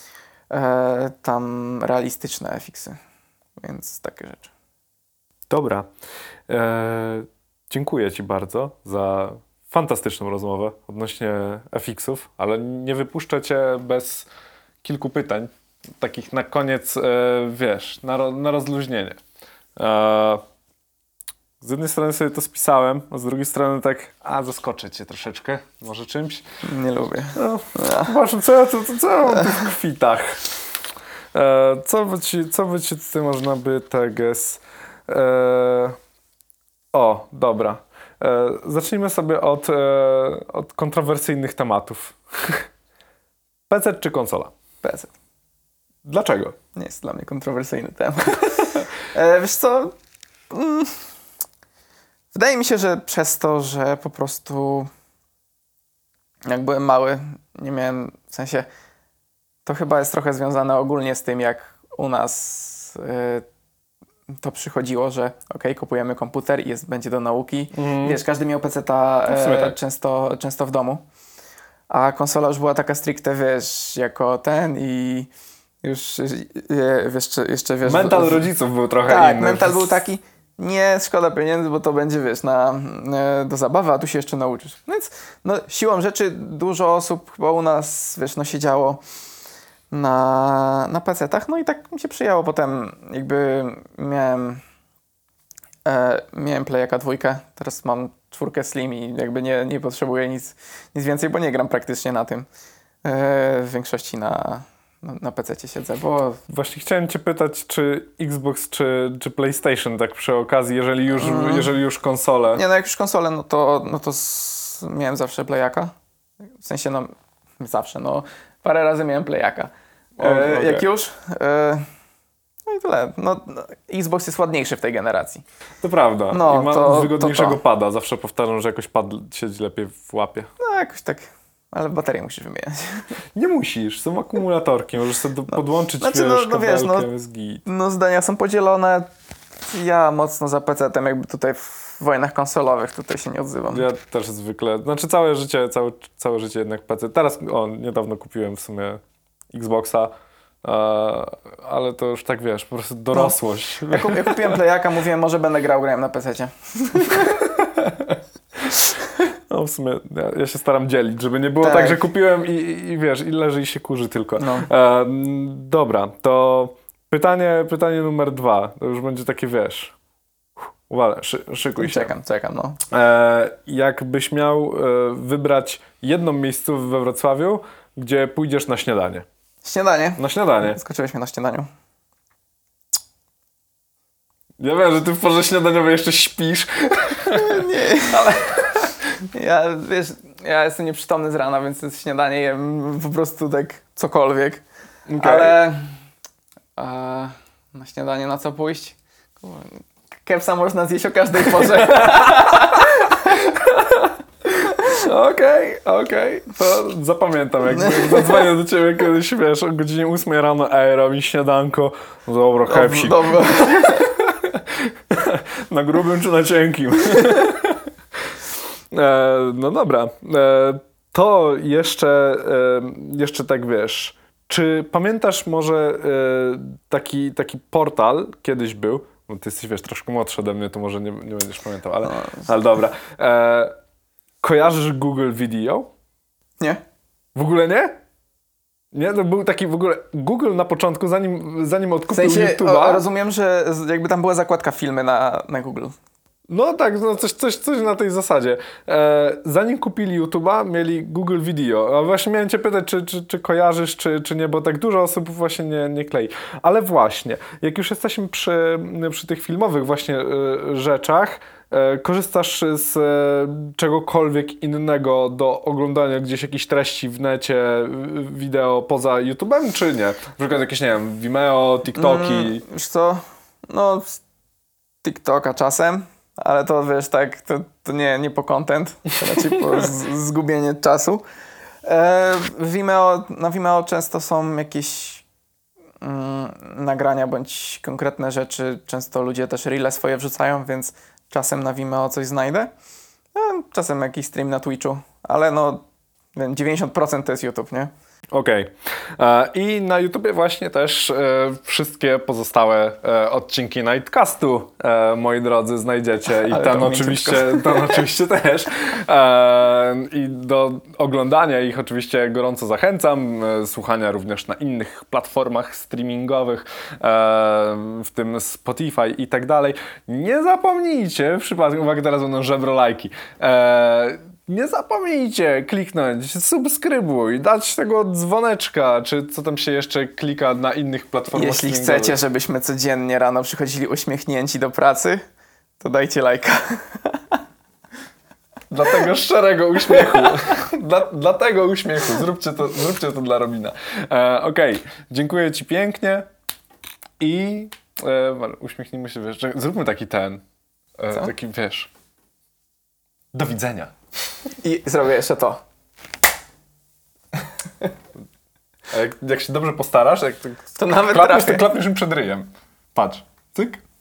tam realistyczne FX-y, więc takie rzeczy. Dobra. Dziękuję Ci bardzo za fantastyczną rozmowę odnośnie FX-ów, ale nie wypuszczę Cię bez kilku pytań, takich na koniec, wiesz, na rozluźnienie. Z jednej strony sobie to spisałem, a z drugiej strony tak, zaskoczę Cię troszeczkę, może czymś. Nie lubię. Zobaczmy, co ja mam tu w kwitach. Co by Ci tutaj można by teges... dobra. Zacznijmy sobie od kontrowersyjnych tematów. PC czy konsola? PC. Dlaczego? Nie jest dla mnie kontrowersyjny temat. Wiesz co? Wydaje mi się, że przez to, że po prostu jak byłem mały, nie miałem, w sensie to chyba jest trochę związane ogólnie z tym, jak u nas to przychodziło, że kupujemy komputer i będzie do nauki. Wiesz, każdy miał peceta tak. często w domu. A konsola już była taka stricte, wiesz, jako ten i już jeszcze wiesz... Mental rodziców był trochę tak, inny. mental był taki, nie, szkoda pieniędzy, bo to będzie, wiesz, do zabawy, a tu się jeszcze nauczysz. Więc siłą rzeczy dużo osób chyba u nas, wiesz, siedziało na PC-tach, no i tak mi się przyjęło. Potem jakby miałem Playaka 2, teraz mam 4 Slim i jakby nie potrzebuję nic więcej, bo nie gram praktycznie na tym. W większości na PC-cie siedzę, bo... Właśnie chciałem Cię pytać, czy Xbox, czy PlayStation, tak przy okazji, jeżeli już konsole. Nie, jak już konsole, to miałem zawsze Playaka. W sensie, zawsze, parę razy miałem Playaka. Okay. Jak już... No i tyle. Xbox jest ładniejszy w tej generacji. To prawda. I ma wygodniejszego to. pada. Zawsze powtarzam, że jakoś pad siedzi lepiej w łapie. Jakoś tak. Ale baterię musisz wymieniać. Nie musisz. Są akumulatorki. Możesz sobie podłączyć, kabelkiem, jest git. Zdania są podzielone. Ja mocno za PC-tem, jakby tutaj w wojnach konsolowych tutaj się nie odzywam. Ja też zwykle. Znaczy całe życie jednak PC. Teraz, niedawno kupiłem w sumie Xboxa. Ale to już tak, wiesz, po prostu dorosłość. Ja kupiłem Playaka, mówiłem, może będę grałem na PC-cie. W sumie ja się staram dzielić, żeby nie było tak, że kupiłem i wiesz, i leży i się kurzy tylko. Dobra, to pytanie numer 2. To już będzie takie, wiesz, szykuj się. Czekam. Jakbyś miał wybrać jedną miejscówkę we Wrocławiu, gdzie pójdziesz na śniadanie. Śniadanie? Na śniadanie. Skoczyłeś mnie na śniadaniu. Ja wiem, że ty w porze śniadaniowej jeszcze śpisz. Nie, ale... Ja jestem nieprzytomny z rana, więc to śniadanie jem po prostu tak cokolwiek. Okay. Ale na śniadanie na co pójść? Kepsa można zjeść o każdej porze. Okej. To zapamiętam, jak zadzwonię do ciebie kiedyś, wiesz, o godzinie 8 rano, robi śniadanko. Dobra, kepsik. Dobra. Na grubym czy na cienkim? No dobra. To jeszcze tak, wiesz, czy pamiętasz może taki portal kiedyś był, bo ty jesteś, wiesz, troszkę młodszy ode mnie, to może nie będziesz pamiętał, ale dobra. Kojarzysz Google Video? Nie. W ogóle nie? Nie? To był taki w ogóle Google na początku, zanim odkupił w sensie, YouTube'a. Rozumiem, że jakby tam była zakładka filmy na Google. No tak, no coś na tej zasadzie. Zanim kupili YouTube'a, mieli Google Video. A właśnie miałem cię pytać, czy kojarzysz, czy nie, bo tak dużo osób właśnie nie klei. Ale właśnie, jak już jesteśmy przy tych filmowych właśnie rzeczach, korzystasz z czegokolwiek innego do oglądania gdzieś jakichś treści w necie, wideo poza YouTube'em, czy nie? Na przykład jakieś, nie wiem, Vimeo, TikToki. Wiesz co, no z TikToka czasem, ale to wiesz, tak, to nie po content, to raczej po zgubienie czasu. Na Vimeo często są jakieś nagrania bądź konkretne rzeczy. Często ludzie też reele swoje wrzucają, więc czasem na Vimeo coś znajdę. Czasem jakiś stream na Twitchu, ale no 90% to jest YouTube, nie? Okej. I na YouTubie właśnie też wszystkie pozostałe odcinki Nightcastu, moi drodzy, znajdziecie. I Ale ten to oczywiście też. I do oglądania ich oczywiście gorąco zachęcam. Słuchania również na innych platformach streamingowych, w tym Spotify i tak dalej. Nie zapomnijcie, w przypadku, uwaga, teraz będą żebrolajki, nie zapomnijcie kliknąć subskrybuj, dać tego dzwoneczka, czy co tam się jeszcze klika na innych platformach. Jeśli streamingowych. chcecie, żebyśmy codziennie rano przychodzili uśmiechnięci do pracy, to dajcie lajka. Dla tego szczerego uśmiechu. dla tego uśmiechu. Zróbcie to dla Robina. Okej. Dziękuję ci pięknie i uśmiechnijmy się, wiesz, zróbmy taki taki, wiesz, do widzenia. I zrobię jeszcze to. A jak się dobrze postarasz, To nawet klapniesz, to trafię. klapniesz im przed ryjem. Patrz. Cyk.